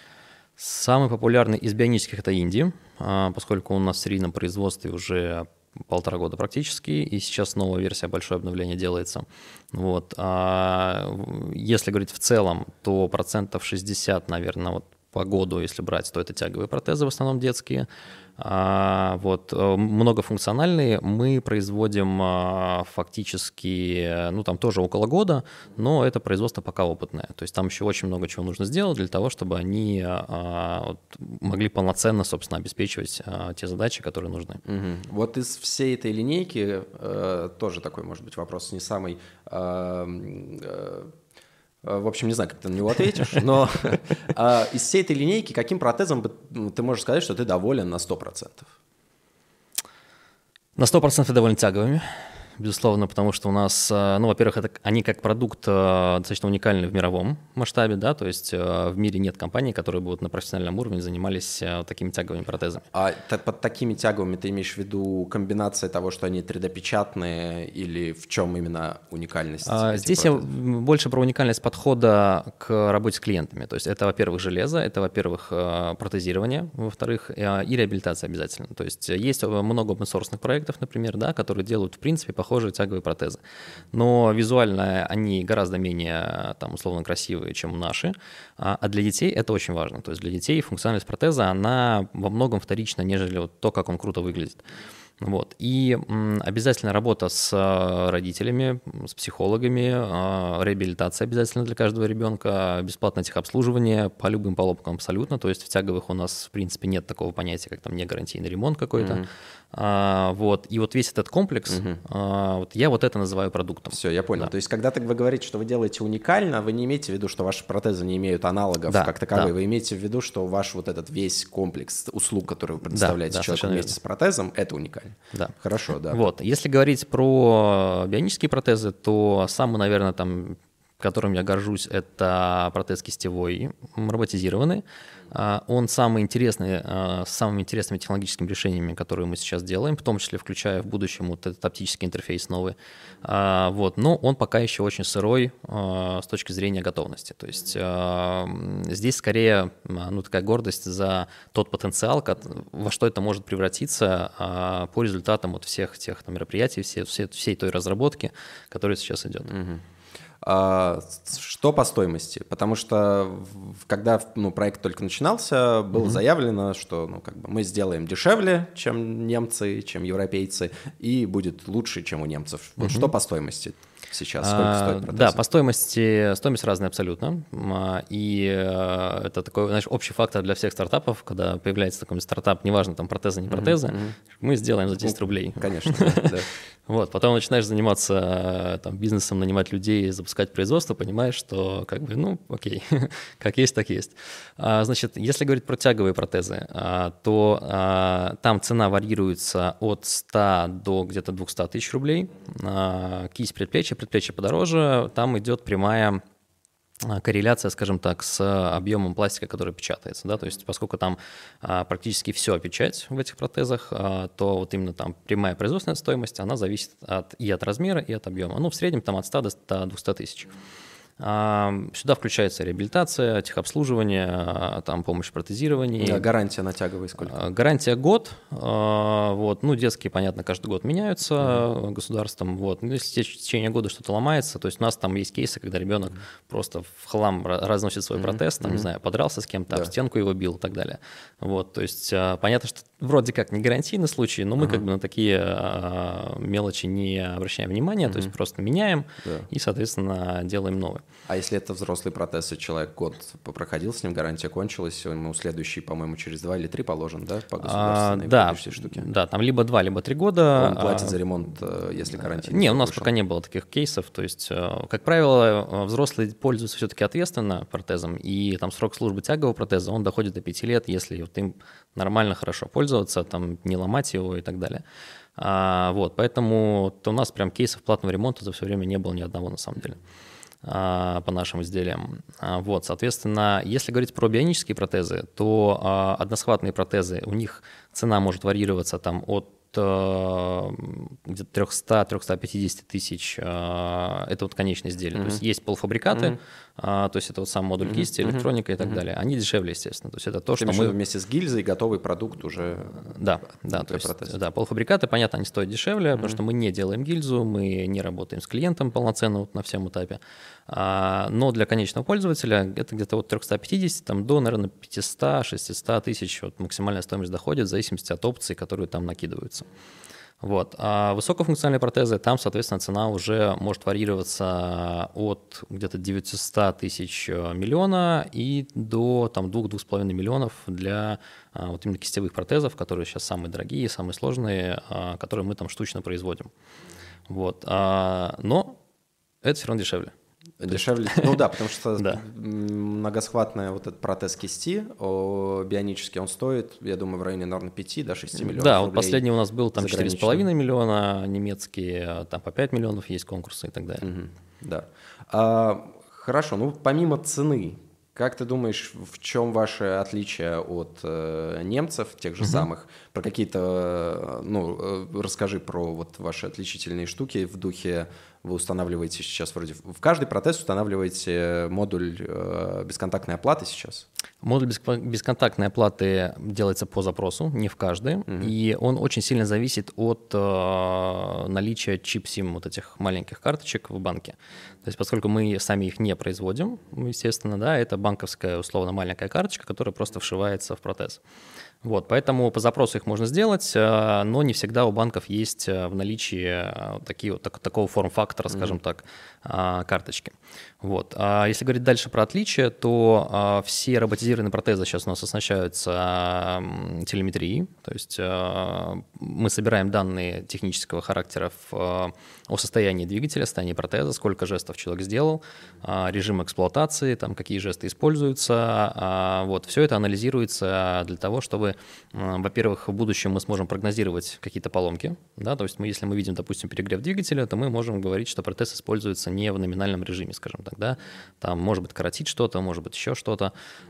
Самый популярный из бионических – это инди, поскольку у нас в серийном производстве уже полтора года практически, и сейчас новая версия, большое обновление делается. Вот. А если говорить в целом, то процентов шестьдесят, наверное, вот по году, если брать, то это тяговые протезы, в основном детские. А, вот, многофункциональные мы производим а, фактически, ну там тоже около года, но это производство пока опытное. То есть там еще очень много чего нужно сделать для того, чтобы они а, вот, могли полноценно, собственно, обеспечивать а, те задачи, которые нужны. Угу. Вот из всей этой линейки э, тоже такой, может быть, вопрос не самый... Э, э, В общем, не знаю, как ты на него ответишь, но а, из всей этой линейки каким протезом ты можешь сказать, что ты доволен на сто процентов? На сто процентов я доволен тяговыми, безусловно, потому что у нас, ну, во-первых, это, они как продукт достаточно уникальны в мировом масштабе, да, то есть в мире нет компаний, которые бы вот на профессиональном уровне занимались такими тяговыми протезами. А под такими тяговыми ты имеешь в виду комбинация того, что они три дэ-печатные, или в чем именно уникальность? А, здесь протезов? Я больше про уникальность подхода к работе с клиентами. То есть это, во-первых, железо, это, во-первых, протезирование, во-вторых, и реабилитация обязательно. То есть есть много open-source проектов, например, да, которые делают, в принципе, похожие тяговые протезы. Но визуально они гораздо менее, там, условно, красивые, чем наши. А для детей это очень важно. То есть для детей функциональность протеза, она во многом вторична, нежели вот то, как он круто выглядит. Вот. И м, обязательно работа с родителями, с психологами, э, реабилитация обязательно для каждого ребенка, бесплатное техобслуживание по любым поломкам абсолютно. То есть в тяговых у нас, в принципе, нет такого понятия, как там негарантийный ремонт какой-то. Mm-hmm. А, вот. И вот весь этот комплекс, mm-hmm. а, вот я вот это называю продуктом. Все, я понял. Да. То есть когда вы говорите, что вы делаете уникально, вы не имеете в виду, что ваши протезы не имеют аналогов да, как таковые. Да. Вы имеете в виду, что ваш вот этот весь комплекс услуг, который вы предоставляете да, да, человеку вместе верно. С протезом, это уникально. Да. Хорошо, да. Вот. Если говорить про бионические протезы, то самый, наверное, там, которым я горжусь, это протез кистевой, роботизированный. Он самый интересный, с самыми интересными технологическими решениями, которые мы сейчас делаем, в том числе включая в будущем вот этот оптический интерфейс новый. Вот. Но он пока еще очень сырой с точки зрения готовности. То есть здесь скорее ну, такая гордость за тот потенциал, во что это может превратиться по результатам вот всех тех там, мероприятий, всей, всей, всей той разработки, которая сейчас идет. Угу. Что по стоимости? Потому что когда ну, проект только начинался, было mm-hmm. заявлено, что ну, как бы мы сделаем дешевле, чем немцы, чем европейцы, и будет лучше, чем у немцев. Вот mm-hmm. что по стоимости? сейчас? Сколько стоит протез? Да, по стоимости, стоимость разная абсолютно. И это такой, знаешь, общий фактор для всех стартапов, когда появляется такой стартап, неважно, там протезы, не протезы, mm-hmm. мы сделаем за десять рублей. Конечно, да. Вот, потом начинаешь заниматься там, бизнесом, нанимать людей, запускать производство, понимаешь, что как бы, ну, окей, как есть, так есть. А, значит, если говорить про тяговые протезы, а, то а, там цена варьируется от ста до где-то двухсот тысяч рублей. А, кисть предплечья, предплечье подороже, там идет прямая корреляция, скажем так, с объемом пластика, который печатается, да, то есть поскольку там а, практически все печать в этих протезах, а, то вот именно там прямая производственная стоимость, она зависит от, и от размера, и от объема, ну, в среднем там от ста до двухсот тысяч. Сюда включается реабилитация, техобслуживание, там помощь в протезировании. Да, гарантия на тяговые сколько? Гарантия год. Вот. Ну, детские, понятно, каждый год меняются mm-hmm. государством. Вот. Ну, если в течение года что-то ломается, то есть у нас там есть кейсы, когда ребенок mm-hmm. просто в хлам разносит свой mm-hmm. протез, там, mm-hmm. не знаю, подрался с кем-то, yeah. об стенку его бил и так далее. Вот. То есть понятно, что вроде как не гарантийный случай, но мы mm-hmm. как бы на такие мелочи не обращаем внимания, mm-hmm. то есть просто меняем yeah. и, соответственно, делаем новый. А если это взрослый протез, и человек год проходил с ним, гарантия кончилась, ему следующий, по-моему, через два или три положен, да, по государственной а, да, штуке? Да, там либо два, либо три года. Он платит за ремонт, если гарантия не Не, у нас вышел. пока не было таких кейсов, то есть, как правило, взрослые пользуются все-таки ответственно протезом, и там срок службы тягового протеза, он доходит до пяти лет, если вот им нормально, хорошо пользоваться, там, не ломать его и так далее. А, вот, поэтому у нас прям кейсов платного ремонта за все время не было ни одного на самом деле по нашим изделиям. Вот, соответственно, если говорить про бионические протезы, то односхватные протезы, у них цена может варьироваться там от где-то триста - триста пятьдесят тысяч, это вот конечные изделия. Mm-hmm. То есть есть полуфабрикаты, mm-hmm. то есть это вот сам модуль mm-hmm. кисти, электроника mm-hmm. и так mm-hmm. далее. Они дешевле, естественно. То есть это то, Ты что мы... вместе с гильзой готовый продукт уже да, да, то есть, да, полуфабрикаты, понятно, они стоят дешевле, mm-hmm. потому что мы не делаем гильзу, мы не работаем с клиентом полноценно вот на всем этапе. Но для конечного пользователя это где-то от триста пятьдесят там, до, наверное, пятьсот - шестьсот тысяч, вот максимальная стоимость доходит в зависимости от опций, которые там накидываются. Вот. А высокофункциональные протезы, там, соответственно, цена уже может варьироваться от где-то девятисот тысяч миллиона и до там, двух-двух с половиной миллионов для а, вот именно кистевых протезов, которые сейчас самые дорогие, самые сложные, а, которые мы там штучно производим. Вот. А, но это все равно дешевле. Дешевле, ну да, потому что да. многосхватный вот этот протез кисти бионический, он стоит, я думаю, в районе, наверное, пяти-шести миллионов да, рублей. Вот последний у нас был там четыре с половиной миллиона, немецкие, там по пять миллионов есть конкурсы и так далее. Угу, да. А, хорошо, ну помимо цены, как ты думаешь, в чем ваше отличие от э, немцев, тех же uh-huh. самых? Про какие-то, ну, э, расскажи про вот ваши отличительные штуки в духе, вы устанавливаете сейчас вроде, в каждый протез устанавливаете модуль э, бесконтактной оплаты сейчас? Модуль бесконтактной оплаты делается по запросу, не в каждый, uh-huh. и он очень сильно зависит от э, наличия чип-сим, вот этих маленьких карточек в банке. То есть поскольку мы сами их не производим, естественно, да, это банковская условно маленькая карточка, которая просто вшивается в протез. Вот, поэтому по запросу их можно сделать, но не всегда у банков есть в наличии такие вот, так, такого форм-фактора, скажем mm-hmm. так, карточки. Вот. А если говорить дальше про отличия, то все роботизированные протезы сейчас у нас оснащаются телеметрией, то есть мы собираем данные технического характера о состоянии двигателя, состоянии протеза, сколько жестов человек сделал, режим эксплуатации, там, какие жесты используются. Вот. Все это анализируется для того, чтобы, во-первых, в будущем мы сможем прогнозировать какие-то поломки. Да? То есть мы, если мы видим, допустим, перегрев двигателя, то мы можем говорить, что протез используется не в номинальном режиме, скажем так. Да? Там может быть коротить что-то, может быть еще что-то.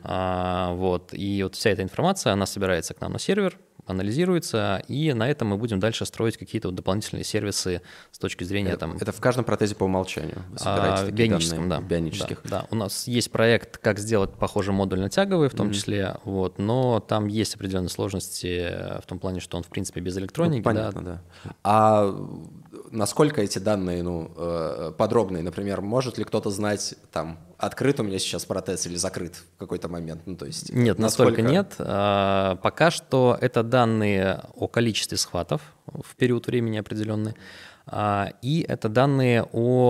Вот. И вот вся эта информация, она собирается к нам на сервер, анализируется, и на этом мы будем дальше строить какие-то вот дополнительные сервисы с точки зрения это, там... Это в каждом протезе по умолчанию? Вы собираете а, такие бионическом, данные? Да. Бионических. Да, да. У нас есть проект, как сделать похожий модуль на тяговый, в том mm-hmm. числе, вот, но там есть определенные сложности в том плане, что он, в принципе, без электроники. Ну, понятно, да. да. А насколько эти данные ну, подробные? Например, может ли кто-то знать, там, открыт у меня сейчас протез или закрыт в какой-то момент? Ну, то есть, нет, насколько... настолько нет. А, пока что это данные о количестве схватов в период времени определенный. И это данные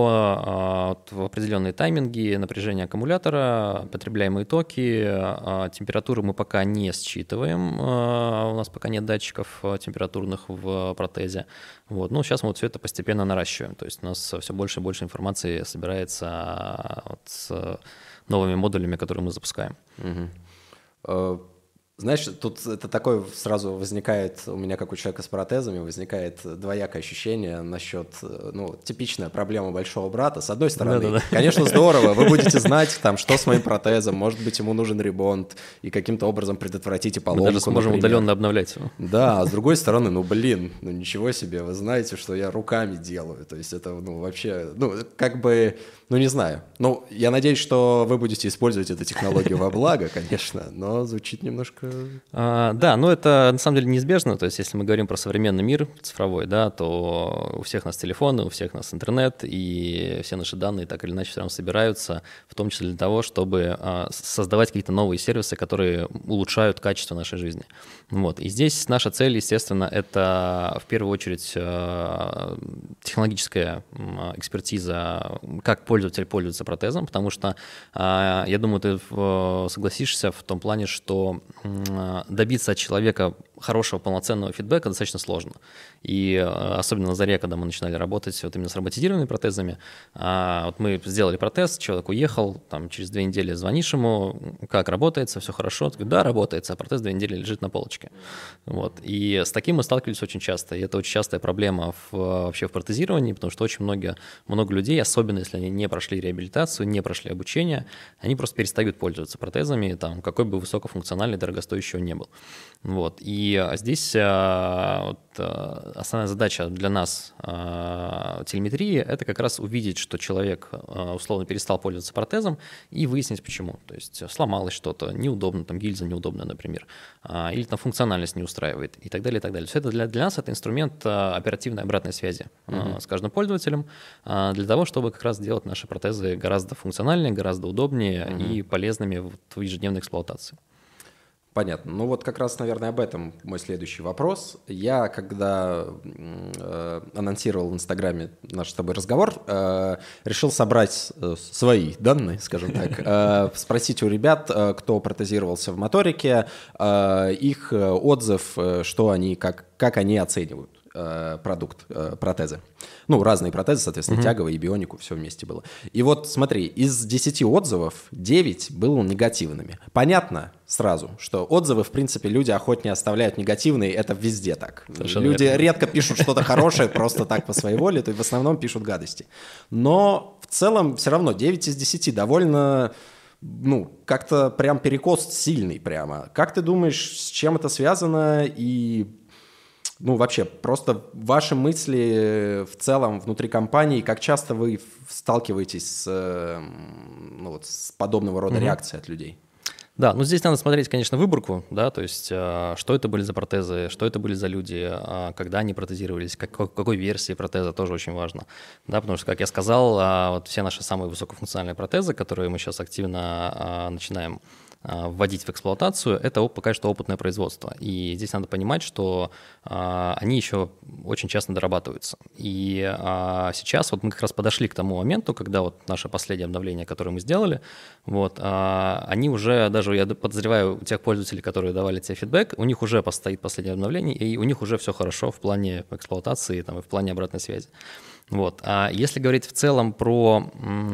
о определенные тайминги, напряжение аккумулятора, потребляемые токи, температуру мы пока не считываем, у нас пока нет датчиков температурных в протезе. Вот. Ну, сейчас мы вот все это постепенно наращиваем, то есть у нас все больше и больше информации собирается вот с новыми модулями, которые мы запускаем. Угу. Знаешь, тут это такое сразу возникает, у меня как у человека с протезами, возникает двоякое ощущение насчет, ну, типичная проблема большого брата. С одной стороны, да, да, да. конечно, здорово, вы будете знать, там, что с моим протезом, может быть, ему нужен ремонт, и каким-то образом предотвратите поломку. Мы даже сможем например. удаленно обновлять его. Да, а с другой стороны, ну, блин, ну, ничего себе, вы знаете, что я руками делаю, то есть это, ну, вообще, ну, как бы, ну, не знаю. Ну, я надеюсь, что вы будете использовать эту технологию во благо, конечно, но звучит немножко... А, да, но это на самом деле неизбежно, то есть если мы говорим про современный мир цифровой, да, то у всех нас телефоны, у всех нас интернет, и все наши данные так или иначе все равно собираются, в том числе для того, чтобы а, создавать какие-то новые сервисы, которые улучшают качество нашей жизни. Вот. И здесь наша цель, естественно, это в первую очередь а, технологическая а, экспертиза, как пользователь пользуется протезом, потому что, а, я думаю, ты согласишься в том плане, что добиться от человека хорошего полноценного фидбэка достаточно сложно. И особенно на заре, когда мы начинали работать вот именно с роботизированными протезами, вот мы сделали протез, человек уехал, там, через две недели звонишь ему, как работается, все хорошо, ты говоришь, да, работается, а протез две недели лежит на полочке. Вот. И с таким мы сталкивались очень часто, и это очень частая проблема в, вообще в протезировании, потому что очень много, много людей, особенно если они не прошли реабилитацию, не прошли обучение, они просто перестают пользоваться протезами, там, какой бы высокофункциональный, дорогостоящий он не был. Вот. И здесь вот, основная задача для нас телеметрии – это как раз увидеть, что человек условно перестал пользоваться протезом, и выяснить, почему. То есть сломалось что-то, неудобно, там гильза неудобная, например, или там функциональность не устраивает, и так далее, и так далее. Все это для, для нас это инструмент оперативной обратной связи mm-hmm. с каждым пользователем, для того, чтобы как раз делать наши протезы гораздо функциональнее, гораздо удобнее mm-hmm. и полезными в ежедневной эксплуатации. Понятно. Ну вот как раз, наверное, об этом мой следующий вопрос. Я, когда э, анонсировал в Инстаграме наш с тобой разговор, э, решил собрать э, свои данные, скажем так, э, спросить у ребят, э, кто протезировался в моторике, э, их отзыв, э, что они, как, как они оценивают продукт, протезы. Ну, разные протезы, соответственно, mm-hmm. тяговые и бионику, все вместе было. И вот смотри, из десяти отзывов девять было негативными. Понятно сразу, что отзывы, в принципе, люди охотнее оставляют негативные, это везде так. Совершенно люди верно. Редко пишут что-то хорошее просто так по своей воле, то есть в основном пишут гадости. Но в целом все равно девять из десяти довольно... Ну, как-то прям перекос сильный прямо. Как ты думаешь, с чем это связано и... Ну, вообще, просто ваши мысли в целом внутри компании, как часто вы сталкиваетесь с, ну, вот, с подобного рода mm-hmm. реакцией от людей? Да, ну здесь надо смотреть, конечно, выборку, да, то есть что это были за протезы, что это были за люди, когда они протезировались, как, какой версии протеза, тоже очень важно, да, потому что, как я сказал, вот все наши самые высокофункциональные протезы, которые мы сейчас активно начинаем вводить в эксплуатацию, это пока что опытное производство. И здесь надо понимать, что а, они еще очень часто дорабатываются. И а, сейчас вот мы как раз подошли к тому моменту, когда вот наше последнее обновление, которое мы сделали, вот, а, они уже, даже я подозреваю, у тех пользователей, которые давали тебе фидбэк, у них уже стоит последнее обновление, и у них уже все хорошо в плане эксплуатации там, и в плане обратной связи. Вот. А если говорить в целом про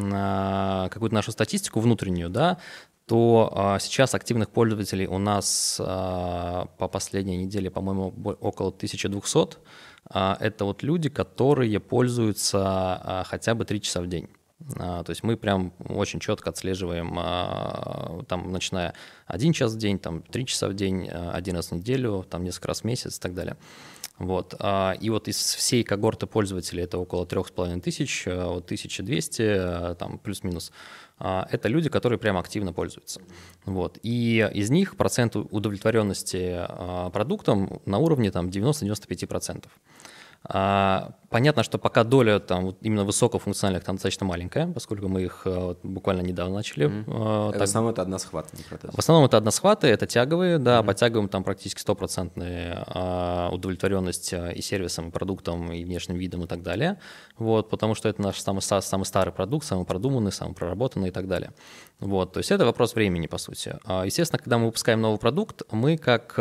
а, какую-то нашу статистику внутреннюю, да, то а, сейчас активных пользователей у нас а, по последней неделе, по-моему, около тысяча двести. А, это вот люди, которые пользуются а, хотя бы три часа в день. А, то есть мы прям очень четко отслеживаем, а, там, начиная один час в день, там, три часа в день, один раз в неделю, там, несколько раз в месяц и так далее. Вот. И вот из всей когорты пользователей, это около трех с половиной тысяч, вот тысяча двести, там, плюс-минус, это люди, которые прямо активно пользуются. Вот. И из них процент удовлетворенности продуктом на уровне там, девяносто-девяносто пять процентов. Понятно, что пока доля там вот именно высокофункциональных там достаточно маленькая, поскольку мы их вот, буквально недавно начали. Mm-hmm. Э, так... В основном это односхватные протезы. В основном это односхваты, это тяговые, да, mm-hmm. подтягиваем там практически стопроцентная э, удовлетворенность и сервисом, и продуктом, и внешним видом и так далее. Вот, потому что это наш самый, самый старый продукт, самый продуманный, самый проработанный и так далее. Вот, то есть это вопрос времени, по сути. Естественно, когда мы выпускаем новый продукт, мы как,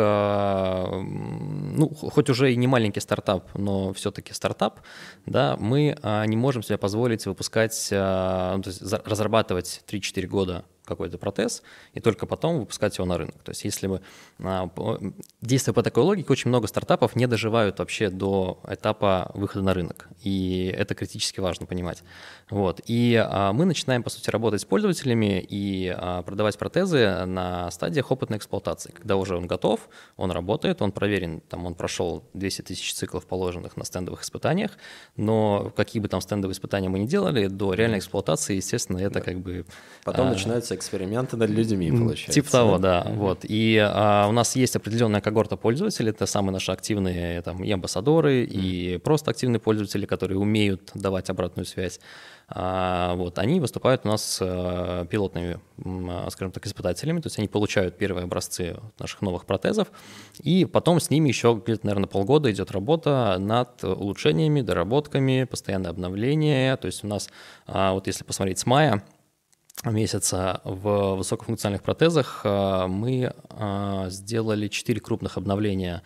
ну, хоть уже и не маленький стартап, но все-таки стартап, да, мы не можем себе позволить выпускать, то есть разрабатывать три-четыре года какой-то протез, и только потом выпускать его на рынок. То есть если мы, действуя по такой логике, очень много стартапов не доживают вообще до этапа выхода на рынок, и это критически важно понимать. Вот. И мы начинаем, по сути, работать с пользователями и продавать протезы на стадиях опытной эксплуатации, когда уже он готов, он работает, он проверен, там, он прошел двести тысяч циклов, положенных на стендовых испытаниях, но какие бы там стендовые испытания мы ни делали, до реальной эксплуатации, естественно, это да. как бы... Потом а... начинаются эксперименты над людьми, получается. Типа того, да. Mm-hmm. Вот. И а, у нас есть определенная когорта пользователей, это самые наши активные там, и амбассадоры, mm-hmm. и просто активные пользователи, которые умеют давать обратную связь. А, вот. Они выступают у нас а, пилотными, а, скажем так, испытателями, то есть они получают первые образцы наших новых протезов, и потом с ними еще где-то, наверное, полгода идет работа над улучшениями, доработками, постоянное обновление. То есть у нас, а, вот если посмотреть с мая месяца в высокофункциональных протезах мы сделали четыре крупных обновления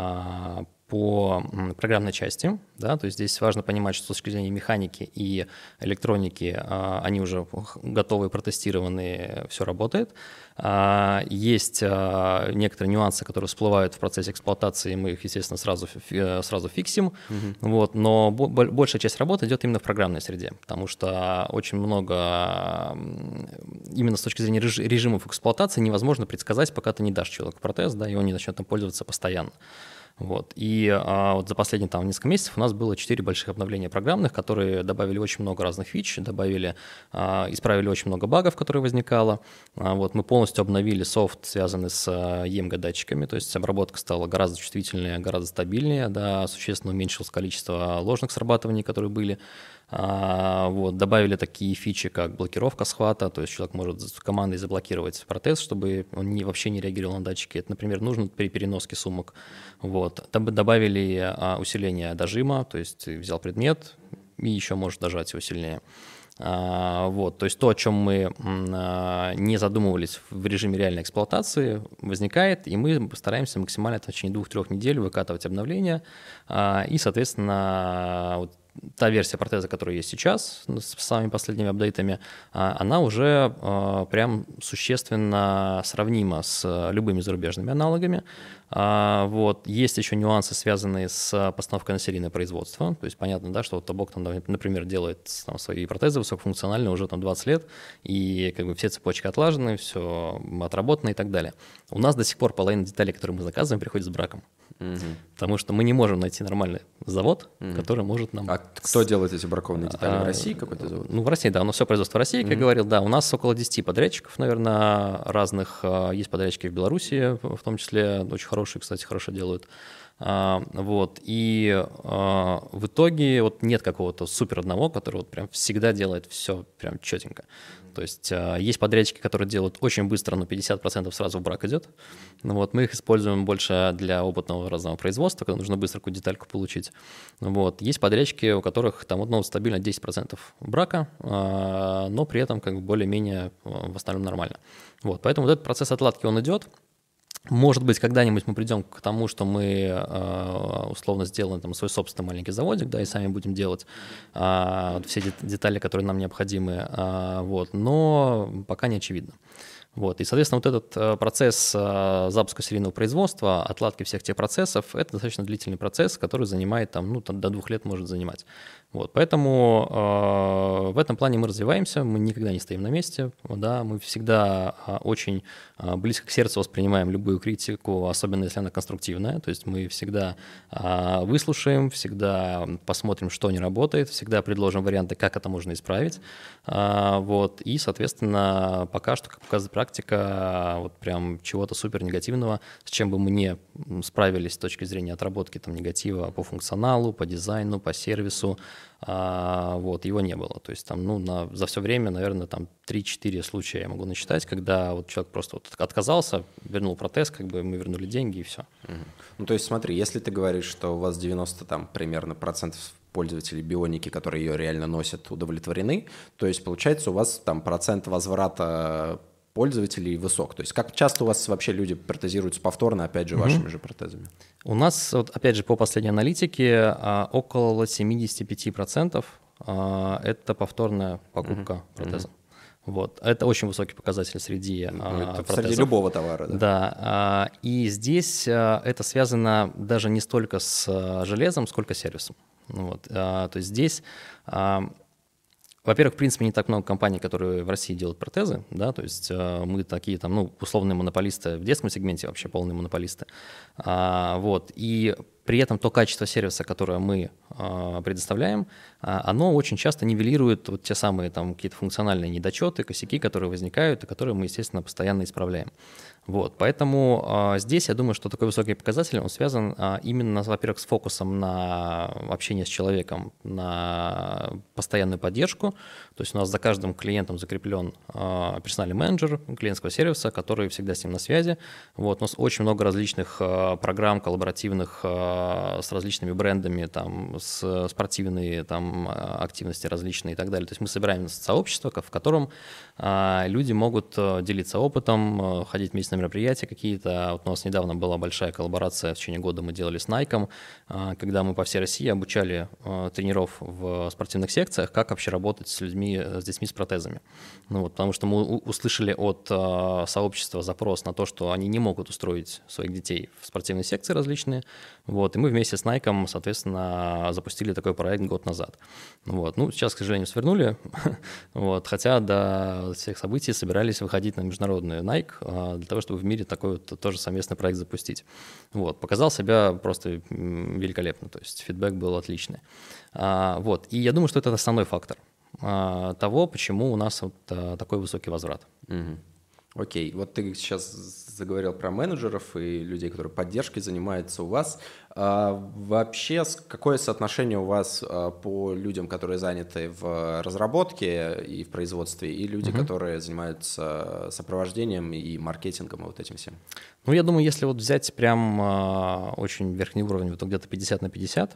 по программной части, да, то есть здесь важно понимать, что с точки зрения механики и электроники они уже готовы, протестированы, все работает. Есть некоторые нюансы, которые всплывают в процессе эксплуатации, мы их, естественно, сразу, сразу фиксим, mm-hmm. вот, но большая часть работы идет именно в программной среде, потому что очень много, именно с точки зрения режимов эксплуатации, невозможно предсказать, пока ты не дашь человеку протез, да, и он не начнет им пользоваться постоянно. Вот. И а, вот за последние там, несколько месяцев у нас было четыре больших обновления программных, которые добавили очень много разных фич, добавили, а, исправили очень много багов, которые возникало. А, вот, мы полностью обновили софт, связанный с а, и эм джи-датчиками, то есть обработка стала гораздо чувствительнее, гораздо стабильнее, да, существенно уменьшилось количество ложных срабатываний, которые были. А, вот, добавили такие фичи, как блокировка схвата, то есть человек может командой заблокировать протез, чтобы он не, вообще не реагировал на датчики. Это, например, нужно при переноске сумок. Вот. Добавили а, усиление дожима, то есть ты взял предмет и еще можешь дожать его сильнее. А, вот, то есть то, о чем мы а, не задумывались в режиме реальной эксплуатации, возникает, и мы стараемся максимально в течение двух-трех недель выкатывать обновления, а, и, соответственно, вот, та версия протеза, которая есть сейчас, с самыми последними апдейтами, она уже прям существенно сравнима с любыми зарубежными аналогами. Вот. Есть еще нюансы, связанные с постановкой на серийное производство. То есть понятно, да, что вот Тобок, например, делает там, свои протезы высокофункциональные уже там, двадцать лет, и как бы все цепочки отлажены, все отработано и так далее. У нас до сих пор половина деталей, которые мы заказываем, приходит с браком. Угу. Потому что мы не можем найти нормальный завод, угу. который может нам... А кто делает эти бракованные детали? А, в России какой-то завод? Ну, в России, да, у нас все производство в России, как угу. я говорил, да. У нас около десяти подрядчиков, наверное, разных. Есть подрядчики в Беларуси, в том числе, очень хорошие, кстати, хорошо делают. А, вот, и а, в итоге вот нет какого-то супер одного, который вот прям всегда делает все прям четенько. То есть а, есть подрядчики, которые делают очень быстро, но пятьдесят процентов сразу в брак идет. Вот, мы их используем больше для опытного разного производства, когда нужно быстро какую-то детальку получить. Вот, есть подрядчики, у которых там ну, стабильно десять процентов брака, а, но при этом как бы более-менее в остальном нормально. Вот, поэтому вот этот процесс отладки, он идет. Может быть, когда-нибудь мы придем к тому, что мы э, условно сделаем там свой собственный маленький заводик, да, и сами будем делать э, все детали, которые нам необходимы, э, вот, но пока не очевидно. Вот. И, соответственно, вот этот процесс запуска серийного производства, отладки всех тех процессов, это достаточно длительный процесс, который занимает там, ну, до двух лет может занимать. Вот. Поэтому э, в этом плане мы развиваемся, мы никогда не стоим на месте, да, мы всегда э, очень э, близко к сердцу воспринимаем любую критику, особенно если она конструктивная, то есть мы всегда э, выслушаем, всегда посмотрим, что не работает, всегда предложим варианты, как это можно исправить, э, вот. И, соответственно, пока что, как показывает практика вот прям чего-то супер негативного, с чем бы мы не справились с точки зрения отработки там негатива по функционалу, по дизайну, по сервису, а, вот, его не было. То есть там, ну, на, за все время, наверное, там три-четыре случая я могу насчитать, когда вот человек просто вот отказался, вернул протез, как бы мы вернули деньги и все. Ну, то есть смотри, если ты говоришь, что у вас девяносто там примерно процентов пользователей бионики, которые ее реально носят, удовлетворены, то есть получается у вас там процент возврата пользователей высок. То есть как часто у вас вообще люди протезируются повторно, опять же, mm-hmm. вашими же протезами? У нас, вот, опять же, по последней аналитике, около семьдесят пять процентов это повторная покупка mm-hmm. протеза. Вот. Это очень высокий показатель среди ну, это протезов. Среди любого товара. Да. Да. И здесь это связано даже не столько с железом, сколько с сервисом. Вот. То есть здесь, во-первых, в принципе, не так много компаний, которые в России делают протезы, да, то есть мы такие там, ну, условные монополисты в детском сегменте, вообще полные монополисты. Вот. И при этом то качество сервиса, которое мы э, предоставляем, э, оно очень часто нивелирует вот те самые там какие-то функциональные недочеты, косяки, которые возникают и которые мы, естественно, постоянно исправляем. Вот, поэтому э, здесь я думаю, что такой высокий показатель, он связан э, именно, во-первых, с фокусом на общение с человеком, на постоянную поддержку. То есть у нас за каждым клиентом закреплен э, персональный менеджер клиентского сервиса, который всегда с ним на связи. Вот, у нас очень много различных э, программ коллаборативных э, с различными брендами, там, с спортивные там, активности различные и так далее. То есть мы собираем сообщество, в котором э, люди могут делиться опытом, ходить вместе на мероприятия какие-то. Вот у нас недавно была большая коллаборация, в течение года мы делали с Nike, э, когда мы по всей России обучали э, тренеров в спортивных секциях, как вообще работать с людьми, с детьми с протезами. Ну, вот, потому что мы услышали от э, сообщества запрос на то, что они не могут устроить своих детей в спортивные секции различные. Вот, и мы вместе с Nike, соответственно, запустили такой проект год назад. Вот. Ну, сейчас, к сожалению, свернули, вот, хотя до всех событий собирались выходить на международную Nike для того, чтобы в мире такой вот тоже совместный проект запустить. Вот. Показал себя просто великолепно, то есть фидбэк был отличный. Вот. И я думаю, что это основной фактор того, почему у нас вот такой высокий возврат. Угу. Окей, вот ты сейчас заговорил про менеджеров и людей, которые поддержкой занимаются у вас. А вообще, какое соотношение у вас по людям, которые заняты в разработке и в производстве, и люди, угу. которые занимаются сопровождением и маркетингом и вот этим всем? Ну, я думаю, если вот взять прям очень верхний уровень, то где-то пятьдесят на пятьдесят.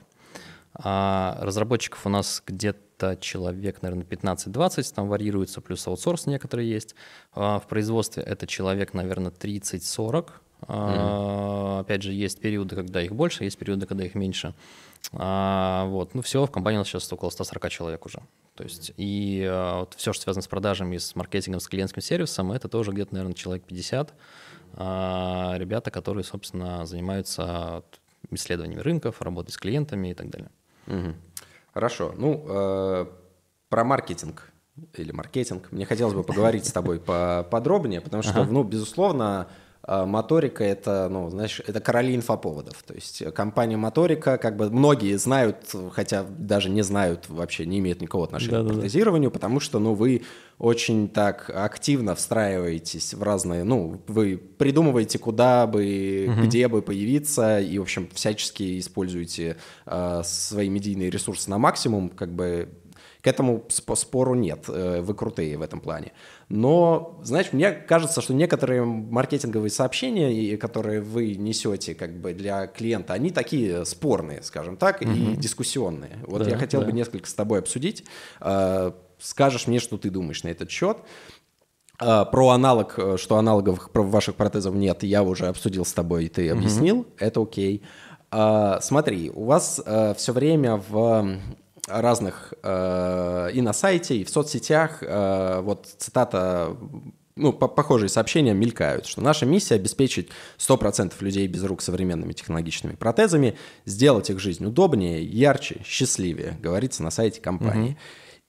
А разработчиков у нас где-то человек, наверное, пятнадцать-двадцать, там варьируется, плюс аутсорс некоторые есть. А в производстве это человек, наверное, тридцать-сорок. Mm-hmm. Опять же, есть периоды, когда их больше, есть периоды, когда их меньше. А, вот. Ну, всего в компании у нас сейчас около ста сорока человек уже. То есть, и а, вот все, что связано с продажами, с маркетингом, с клиентским сервисом, это тоже где-то, наверное, человек пятьдесят. А, ребята, которые, собственно, занимаются исследованиями рынков, работой с клиентами и так далее. Угу. Хорошо. Ну, э, про маркетинг или маркетинг мне хотелось бы поговорить с тобой поподробнее, потому что, ага. ну, безусловно, Моторика — это, ну, знаешь, это короли инфоповодов. То есть компания Моторика, как бы многие знают, хотя даже не знают, вообще не имеют никакого отношения да, к протезированию, да. потому что, ну, вы очень так активно встраиваетесь в разные, ну, вы придумываете, куда бы, угу. где бы появиться, и, в общем, всячески используете э, свои медийные ресурсы на максимум, как бы. К этому спору нет, вы крутые в этом плане. Но, знаешь, мне кажется, что некоторые маркетинговые сообщения, которые вы несете как бы для клиента, они такие спорные, скажем так, угу. и дискуссионные. Вот да, я хотел да. бы несколько с тобой обсудить. Скажешь мне, что ты думаешь на этот счет. Про аналог, что аналогов ваших протезов нет, я уже обсудил с тобой, ты объяснил, угу. это окей. Смотри, у вас все время в... разных э, и на сайте, и в соцсетях, э, вот цитата, ну, по похожие сообщения мелькают, что наша миссия — обеспечить сто процентов людей без рук современными технологичными протезами, сделать их жизнь удобнее, ярче, счастливее, говорится на сайте компании. Угу.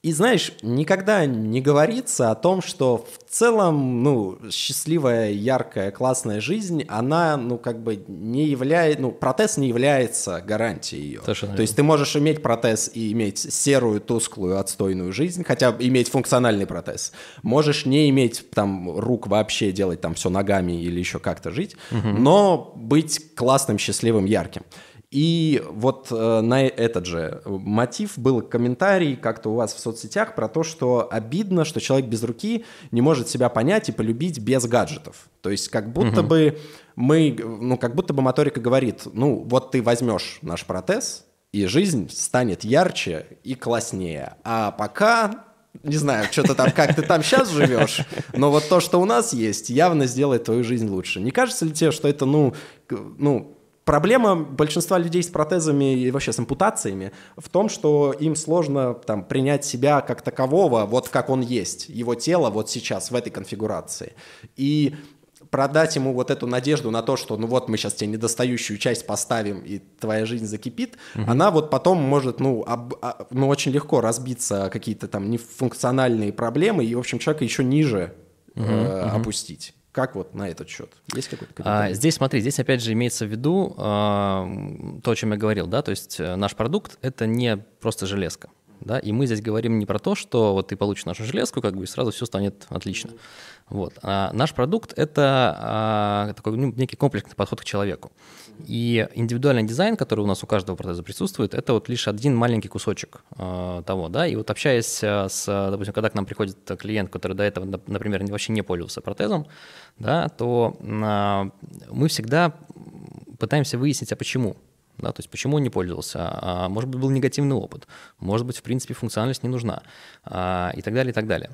И знаешь, никогда не говорится о том, что в целом, ну, счастливая, яркая, классная жизнь, она, ну, как бы не является, ну, протез не является гарантией ее. Совершенно То есть ты можешь иметь протез и иметь серую, тусклую, отстойную жизнь, хотя иметь функциональный протез. Можешь не иметь там рук вообще, делать там все ногами или еще как-то жить, угу. но быть классным, счастливым, ярким. И вот э, на этот же мотив был комментарий как-то у вас в соцсетях про то, что обидно, что человек без руки не может себя понять и полюбить без гаджетов. То есть как будто угу. бы мы, ну как будто бы моторика говорит, ну вот ты возьмешь наш протез, и жизнь станет ярче и класснее. А пока... Не знаю, что-то там, как ты там сейчас живешь, но вот то, что у нас есть, явно сделает твою жизнь лучше. Не кажется ли тебе, что это, ну, ну, проблема большинства людей с протезами и вообще с ампутациями в том, что им сложно там принять себя как такового, вот как он есть, его тело вот сейчас в этой конфигурации. И продать ему вот эту надежду на то, что ну вот мы сейчас тебе недостающую часть поставим, и твоя жизнь закипит, угу. она вот потом может, ну, об, а, ну, очень легко разбиться какие-то там нефункциональные проблемы, и, в общем, человека еще ниже угу, э, угу. опустить. Как вот на этот счет? Есть какой-то комментарий? А, здесь, смотри, здесь опять же имеется в виду а, то, о чем я говорил, да, то есть наш продукт — это не просто железка. Да, и мы здесь говорим не про то, что вот ты получишь нашу железку, как бы, и сразу все станет отлично. Вот. А наш продукт — это а, такой, ну, некий комплексный подход к человеку. И индивидуальный дизайн, который у нас у каждого протеза присутствует, это вот лишь один маленький кусочек а, того. Да? И вот общаясь с, допустим, когда к нам приходит клиент, который до этого, например, вообще не пользовался протезом, да, то а, мы всегда пытаемся выяснить, а почему. Да, то есть почему он не пользовался, а, может быть, был негативный опыт, может быть, в принципе, функциональность не нужна, а, и так далее, и так далее.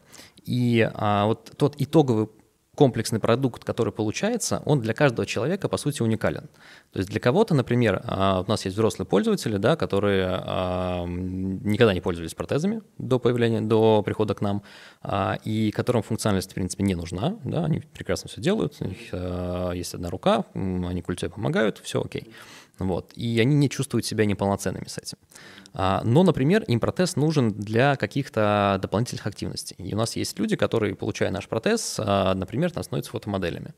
И а, вот тот итоговый комплексный продукт, который получается, он для каждого человека, по сути, уникален. То есть для кого-то, например, а, у нас есть взрослые пользователи, да, которые а, никогда не пользовались протезами до появления, до прихода к нам, а, и которым функциональность, в принципе, не нужна, да, они прекрасно все делают, у них а, есть одна рука, они культуре помогают, все окей. Вот, и они не чувствуют себя неполноценными с этим. А, но, например, им протез нужен для каких-то дополнительных активностей. И у нас есть люди, которые, получая наш протез, а, например, там становятся фотомоделями.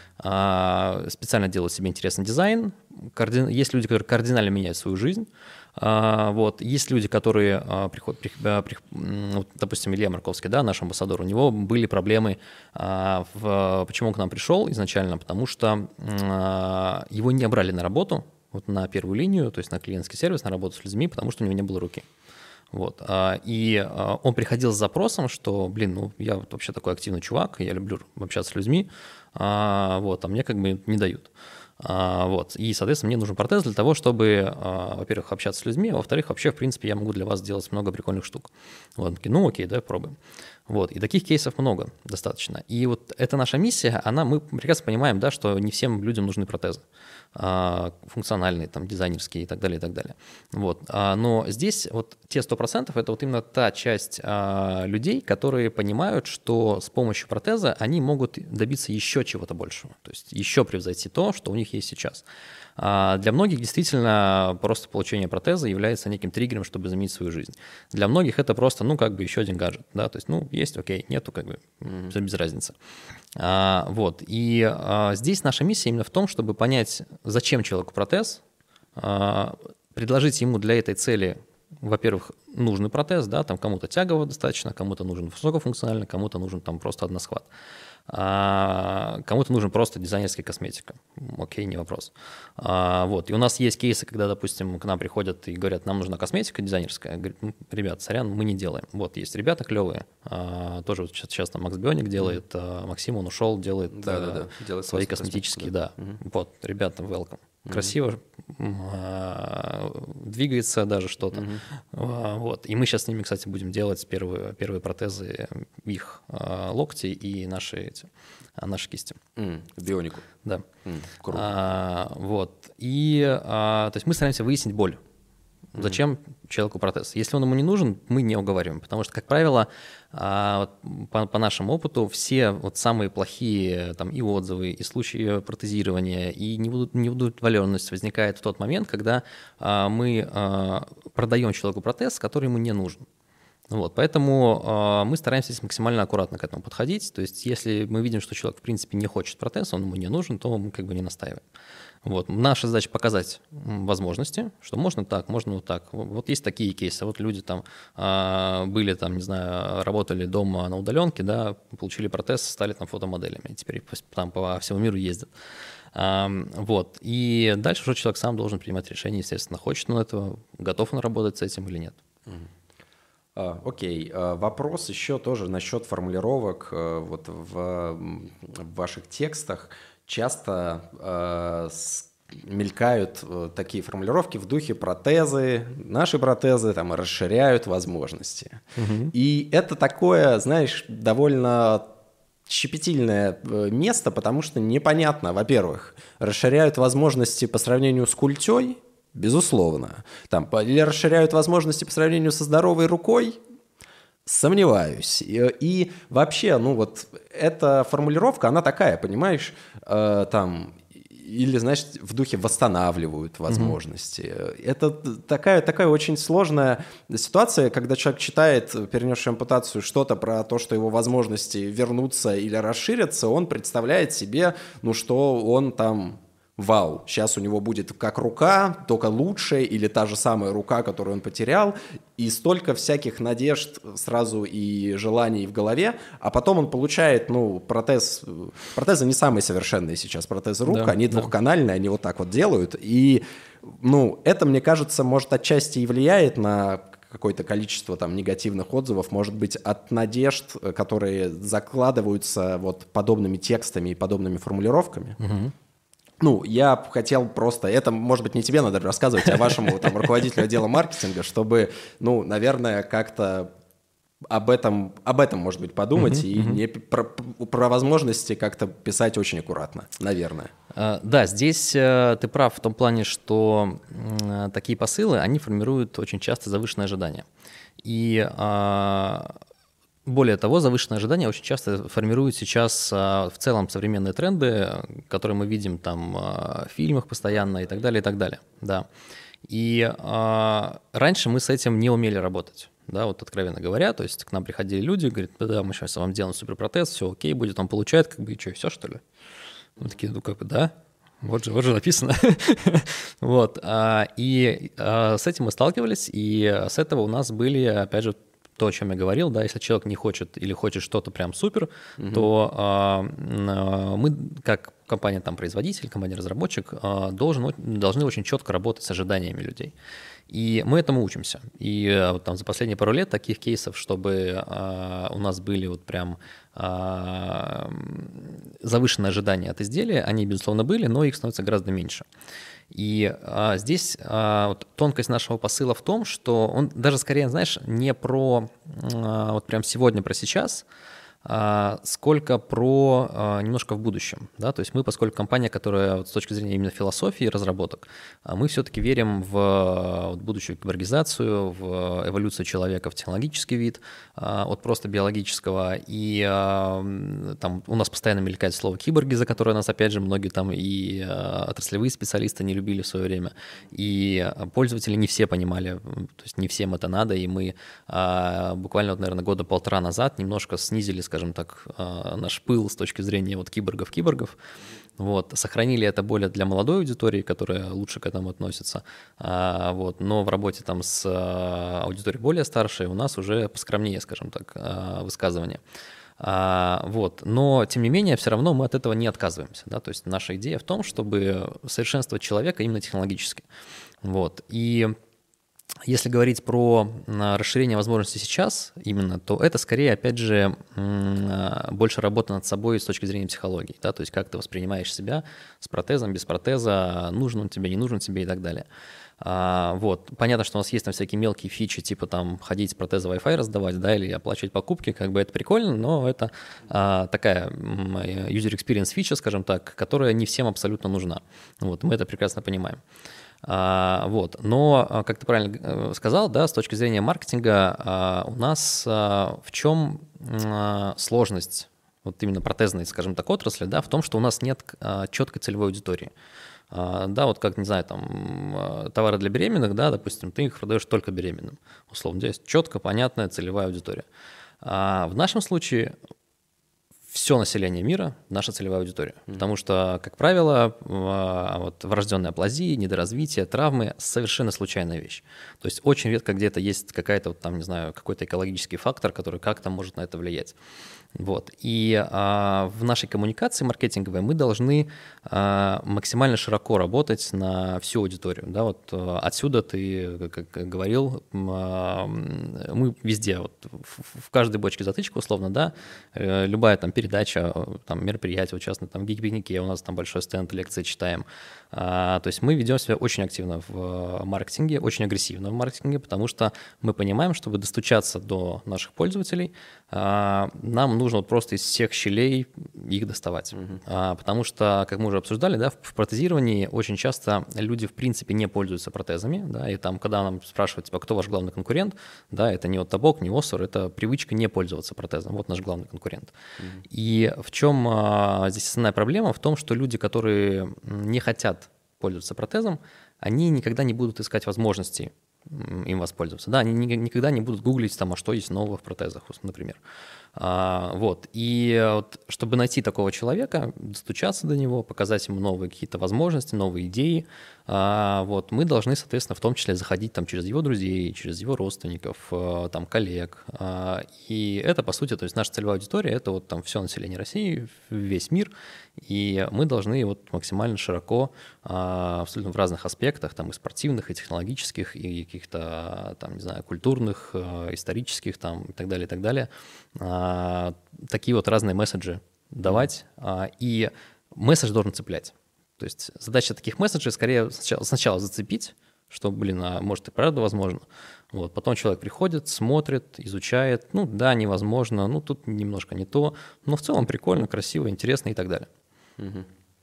А, специально делают себе интересный дизайн. Коорди... Есть люди, которые кардинально меняют свою жизнь. А, вот. Есть люди, которые а, приходят, при, при, ну, допустим, Илья Марковский, да, наш амбассадор, у него были проблемы, а, в, почему он к нам пришел изначально, потому что а, его не брали на работу, вот на первую линию, то есть на клиентский сервис, на работу с людьми, потому что у него не было руки. Вот. И он приходил с запросом, что, блин, ну я вот вообще такой активный чувак, я люблю общаться с людьми, вот, а мне как бы не дают. Вот. И, соответственно, мне нужен протез для того, чтобы, во-первых, общаться с людьми, а во-вторых, вообще, в принципе, я могу для вас сделать много прикольных штук. Вот. Ну окей, давай пробуем. Вот. И таких кейсов много достаточно. И вот эта наша миссия, она, мы прекрасно понимаем, да, что не всем людям нужны протезы. Функциональные, там, дизайнерские и так далее, и так далее. Вот. Но здесь вот те сто процентов это вот именно та часть людей, которые понимают, что с помощью протеза они могут добиться еще чего-то большего, то есть еще превзойти то, что у них есть сейчас. Для многих действительно просто получение протеза является неким триггером, чтобы изменить свою жизнь. Для многих это просто, ну, как бы еще один гаджет, да, то есть, ну, есть, окей, нету, как бы, mm-hmm. все без разницы. А, вот, и а, здесь наша миссия именно в том, чтобы понять, зачем человеку протез, а, предложить ему для этой цели, во-первых, нужный протез, да, там кому-то тягового достаточно, кому-то нужен высокофункциональный, кому-то нужен там просто односхват. А кому-то нужен просто дизайнерская косметика. Окей, не вопрос. А, вот. И у нас есть кейсы, когда, допустим, к нам приходят и говорят, нам нужна косметика дизайнерская. Говорят, ну, ребят, сорян, мы не делаем. Вот, есть ребята клевые. А, тоже вот сейчас, сейчас там Макс Бионик делает, а Максим, он ушел, делает, да, да, да. делает свои косметические, да. да. Угу. Вот, ребята, welcome. Красиво, mm-hmm. двигается даже что-то. Mm-hmm. Вот. И мы сейчас с ними, кстати, будем делать первые, первые протезы, их локти и наши, эти, наши кисти. Mm, бионику. Да. Mm, круто. А, вот. И а, то есть мы стараемся выяснить боль. Зачем mm-hmm. человеку протез? Если он ему не нужен, мы не уговариваем, потому что, как правило, по, по нашему опыту, все вот самые плохие там, и отзывы, и случаи протезирования, и неудовлетворенность возникает в тот момент, когда мы продаем человеку протез, который ему не нужен. Вот, поэтому э, мы стараемся здесь максимально аккуратно к этому подходить. То есть если мы видим, что человек, в принципе, не хочет протез, он ему не нужен, то мы как бы не настаиваем. Вот. Наша задача показать возможности, что можно так, можно вот так. Вот есть такие кейсы. Вот люди там э, были, там, не знаю, работали дома на удаленке, да, получили протез, стали там фотомоделями, и теперь там по всему миру ездят. Uh, вот. И дальше уже человек сам должен принимать решение, естественно, хочет он этого, готов он работать с этим или нет. Uh, окей. Uh, вопрос еще тоже насчет формулировок. Uh, вот в, в ваших текстах часто uh, с, мелькают uh, такие формулировки в духе протезы, наши протезы там расширяют возможности. Uh-huh. И это такое, знаешь, довольно щепетильное место, потому что непонятно, во-первых, расширяют возможности по сравнению с культей, безусловно. Там, или расширяют возможности по сравнению со здоровой рукой, сомневаюсь. И, и вообще, ну вот, эта формулировка, она такая, понимаешь, э, там, или, значит, в духе восстанавливают возможности. Mm-hmm. Это такая, такая очень сложная ситуация, когда человек читает, перенесший ампутацию, что-то про то, что его возможности вернутся или расширятся, он представляет себе, ну, что он там... Вау, сейчас у него будет как рука, только лучше, или та же самая рука, которую он потерял, и столько всяких надежд сразу и желаний в голове, а потом он получает, ну, протез, протезы не самые совершенные сейчас, протезы рук, да, они двухканальные, да. Они вот так вот делают, и, ну, это, мне кажется, может отчасти и влияет на какое-то количество там негативных отзывов, может быть, от надежд, которые закладываются вот подобными текстами и подобными формулировками. Угу. Ну, я хотел просто, это, может быть, не тебе надо рассказывать, а вашему там руководителю отдела маркетинга, чтобы, ну, наверное, как-то об этом, об этом, может быть, подумать uh-huh, и uh-huh. не, про, про возможности как-то писать очень аккуратно, наверное. Uh, да, здесь uh, ты прав в том плане, что uh, такие посылы, они формируют очень часто завышенные ожидания. И... Uh, Более того, завышенные ожидания очень часто формируют сейчас а, в целом современные тренды, которые мы видим там а, в фильмах постоянно и так далее, и так далее. Да. И а, раньше мы с этим не умели работать, да, вот откровенно говоря, то есть к нам приходили люди, говорят, да, мы сейчас вам делаем суперпротез, все окей будет, он получает, как бы, и что, все что ли? Мы такие, ну как бы, да. Вот же, вот же написано. Вот. И с этим мы сталкивались, и с этого у нас были, опять же, то, о чем я говорил, да, если человек не хочет или хочет что-то прям супер, угу. то э, мы, как компания там производитель, компания-разработчик, э, должен, должны очень четко работать с ожиданиями людей. И мы этому учимся. И э, вот там за последние пару лет таких кейсов, чтобы э, у нас были вот прям э, завышенные ожидания от изделия, они, безусловно, были, но их становится гораздо меньше. И а, здесь а, вот, тонкость нашего посыла в том, что он даже скорее, знаешь, не про а, вот прям сегодня, про сейчас, а, сколько про а, немножко в будущем. Да? То есть мы, поскольку компания, которая вот, с точки зрения именно философии разработок, а, мы все-таки верим в вот, будущую киборгизацию, в эволюцию человека в технологический вид а, от просто биологического. И а, там у нас постоянно мелькает слово киборги, за которое нас, опять же, многие там и а, отраслевые специалисты не любили в свое время. И пользователи не все понимали, то есть не всем это надо. И мы а, буквально, вот, наверное, года полтора назад немножко снизили, скажем так, наш пыл с точки зрения вот киборгов-киборгов. Вот. Сохранили это более для молодой аудитории, которая лучше к этому относится. А, вот. Но в работе там с аудиторией более старшей у нас уже поскромнее, скажем так, высказывания. А, вот. Но, тем не менее, все равно мы от этого не отказываемся. Да? То есть наша идея в том, чтобы совершенствовать человека именно технологически. Вот. И если говорить про расширение возможностей сейчас именно, то это скорее, опять же, больше работа над собой с точки зрения психологии, да, то есть как ты воспринимаешь себя с протезом, без протеза, нужен он тебе, не нужен тебе и так далее. А, вот. Понятно, что у нас есть там всякие мелкие фичи, типа там ходить с протеза Wi-Fi раздавать, да, или оплачивать покупки, как бы это прикольно, но это а, такая user experience фича, скажем так, которая не всем абсолютно нужна. Вот. Мы это прекрасно понимаем. А, вот. Но, как ты правильно сказал, да, с точки зрения маркетинга а, у нас а, в чем а, сложность вот именно протезной, скажем так, отрасли, да, в том, что у нас нет а, четкой целевой аудитории. Да, вот как, не знаю, там, товары для беременных, да, допустим, ты их продаешь только беременным, условно. Здесь четко, понятная целевая аудитория. А в нашем случае все население мира – наша целевая аудитория. Mm-hmm. Потому что, как правило, вот врожденная аплазия, недоразвитие, травмы – совершенно случайная вещь. То есть очень редко где-то есть какая-то, вот, там, не знаю, какой-то экологический фактор, который как-то может на это влиять. Вот. И а, в нашей коммуникации маркетинговой мы должны а, максимально широко работать на всю аудиторию. Да? Вот, а, отсюда ты, как, как говорил, а, мы везде, вот, в, в каждой бочке затычка, условно, да, любая там передача, там, мероприятие, участвуем там, в гик-пикнике, у нас там большой стенд, лекции читаем. А, то есть мы ведем себя очень активно в маркетинге, очень агрессивно в маркетинге, потому что мы понимаем, чтобы достучаться до наших пользователей, а, нам нужно вот просто из всех щелей их доставать. Uh-huh. А, потому что, как мы уже обсуждали, да, в, в протезировании очень часто люди в принципе не пользуются протезами, да, и там, когда нам спрашивают, типа, кто ваш главный конкурент, да, это не Оттобок, не Осор, это привычка не пользоваться протезом, вот наш главный конкурент. Uh-huh. И в чем а, здесь основная проблема? В том, что люди, которые не хотят пользоваться протезом, они никогда не будут искать возможностей им воспользоваться. Да, они никогда не будут гуглить, там, а что есть нового в протезах, например. А, вот. И вот, чтобы найти такого человека, достучаться до него, показать ему новые какие-то возможности, новые идеи, а, вот, мы должны, соответственно, в том числе заходить там, через его друзей, через его родственников, там, коллег. А, и это, по сути, то есть наша целевая аудитория – это вот, там, все население России, весь мир, и мы должны вот, максимально широко, а, абсолютно в разных аспектах, там, и спортивных, и технологических, и каких-то, там, не знаю, культурных, исторических, там, и так далее, и так далее, такие вот разные месседжи давать, mm-hmm. и месседж должен цеплять. То есть задача таких месседжей скорее сначала, сначала зацепить, что, блин, а может и правда возможно. Вот. Потом человек приходит, смотрит, изучает, ну да, невозможно, ну тут немножко не то, но в целом прикольно, красиво, интересно и так далее. Mm-hmm.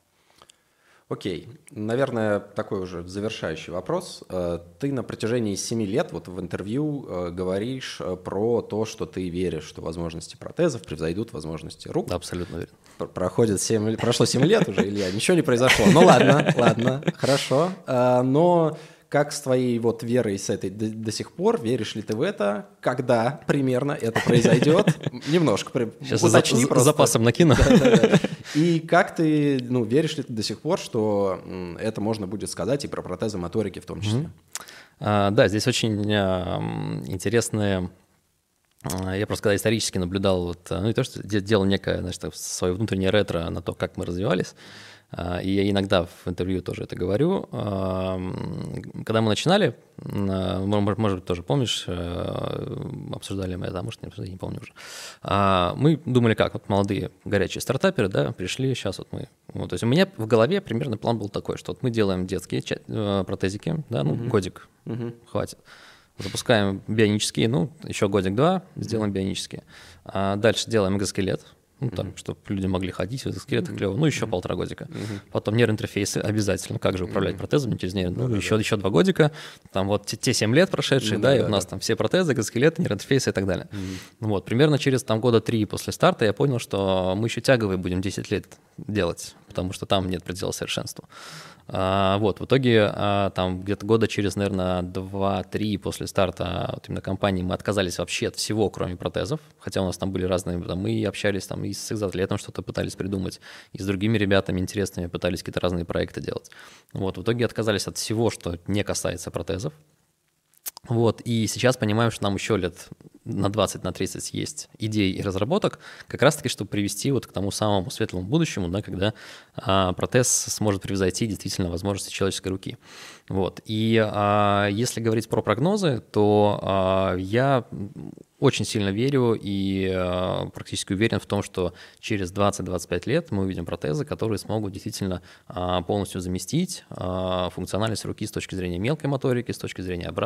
Окей, наверное, такой уже завершающий вопрос. Ты на протяжении семи лет вот в интервью говоришь про то, что ты веришь, что возможности протезов превзойдут возможности рук. Да, абсолютно верно. Проходит семь, прошло семь лет уже, Илья, ничего не произошло. Ну ладно, ладно, хорошо. Но как с твоей вот верой с этой до, до сих пор? Веришь ли ты в это? Когда примерно это произойдет? Немножко Сейчас уточни просто. Запасом накину. Да, да, да. И как ты, ну, веришь ли ты до сих пор, что это можно будет сказать и про протезы моторики в том числе? Mm-hmm. А, да, здесь очень а, интересные... Я просто когда исторически наблюдал, вот, ну и то, что делал некое, значит, свое внутреннее ретро на то, как мы развивались, и я иногда в интервью тоже это говорю. Когда мы начинали, может быть, тоже помнишь, обсуждали мы это, а может, не обсуждали, не помню уже. Мы думали как, вот молодые горячие стартаперы, да, пришли, сейчас вот мы... Вот, то есть у меня в голове примерно план был такой, что вот мы делаем детские протезики, да, ну, uh-huh. годик, uh-huh. хватит. Запускаем бионические, ну, еще годик-два, сделаем mm-hmm. бионические. А дальше делаем экзоскелет, ну, так, mm-hmm. чтобы люди могли ходить в экзоскелетах, mm-hmm. клево, ну, еще mm-hmm. полтора годика. Mm-hmm. Потом нейроинтерфейсы обязательно, как же управлять mm-hmm. протезами через нейро, ну, mm-hmm. еще, еще два годика, там вот те, те семь лет прошедшие, mm-hmm. да, и mm-hmm. у нас там все протезы, экзоскелеты, нейроинтерфейсы и так далее. Mm-hmm. Вот, примерно через там года три после старта я понял, что мы еще тяговые будем десять лет делать, потому что там нет предела совершенства. А, вот, в итоге а, там где-то года через, наверное, два-три после старта вот именно компании мы отказались вообще от всего, кроме протезов, хотя у нас там были разные, там, мы общались там и с экзоатлетом что-то пытались придумать, и с другими ребятами интересными пытались какие-то разные проекты делать. Вот, в итоге отказались от всего, что не касается протезов. Вот, и сейчас понимаем, что нам еще лет на двадцать, на тридцать есть идей и разработок, как раз-таки, чтобы привести вот к тому самому светлому будущему, да, когда а, протез сможет превзойти действительно возможности человеческой руки. Вот, и а, если говорить про прогнозы, то а, я очень сильно верю и а, практически уверен в том, что через двадцать-двадцать пять лет мы увидим протезы, которые смогут действительно а, полностью заместить а, функциональность руки с точки зрения мелкой моторики, с точки зрения обратной связи,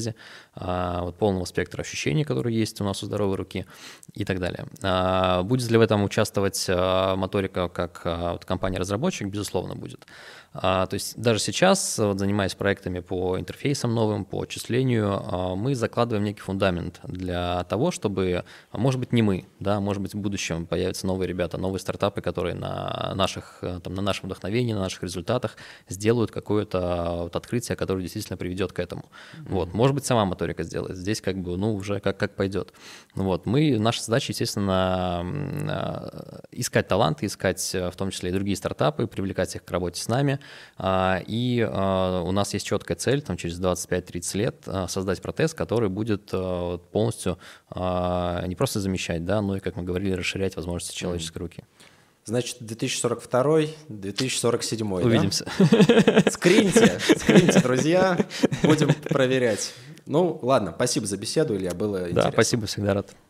связи, вот полного спектра ощущений, которые есть у нас у здоровой руки и так далее. Будет ли в этом участвовать моторика как вот, компания-разработчик? Безусловно, будет. То есть даже сейчас, вот, занимаясь проектами по интерфейсам новым, по отчислению, мы закладываем некий фундамент для того, чтобы, может быть, не мы, да, может быть, в будущем появятся новые ребята, новые стартапы, которые на, наших, там, на нашем вдохновении, на наших результатах сделают какое-то вот, открытие, которое действительно приведет к этому. Mm-hmm. Вот. Может быть, сама моторика сделает. Здесь как бы, ну, уже как, как пойдет. Вот. Мы, наша задача, естественно, искать таланты, искать в том числе и другие стартапы, привлекать их к работе с нами. И у нас есть четкая цель, там, через двадцать пять тридцать лет создать протез, который будет полностью не просто замещать, да, но и, как мы говорили, расширять возможности человеческой руки. Значит, две тысячи сорок второй — две тысячи сорок седьмой, увидимся. Да? Скриньте, скриньте, друзья, будем проверять. Ну, ладно, спасибо за беседу, Илья, было интересно. Да, спасибо, всегда рад.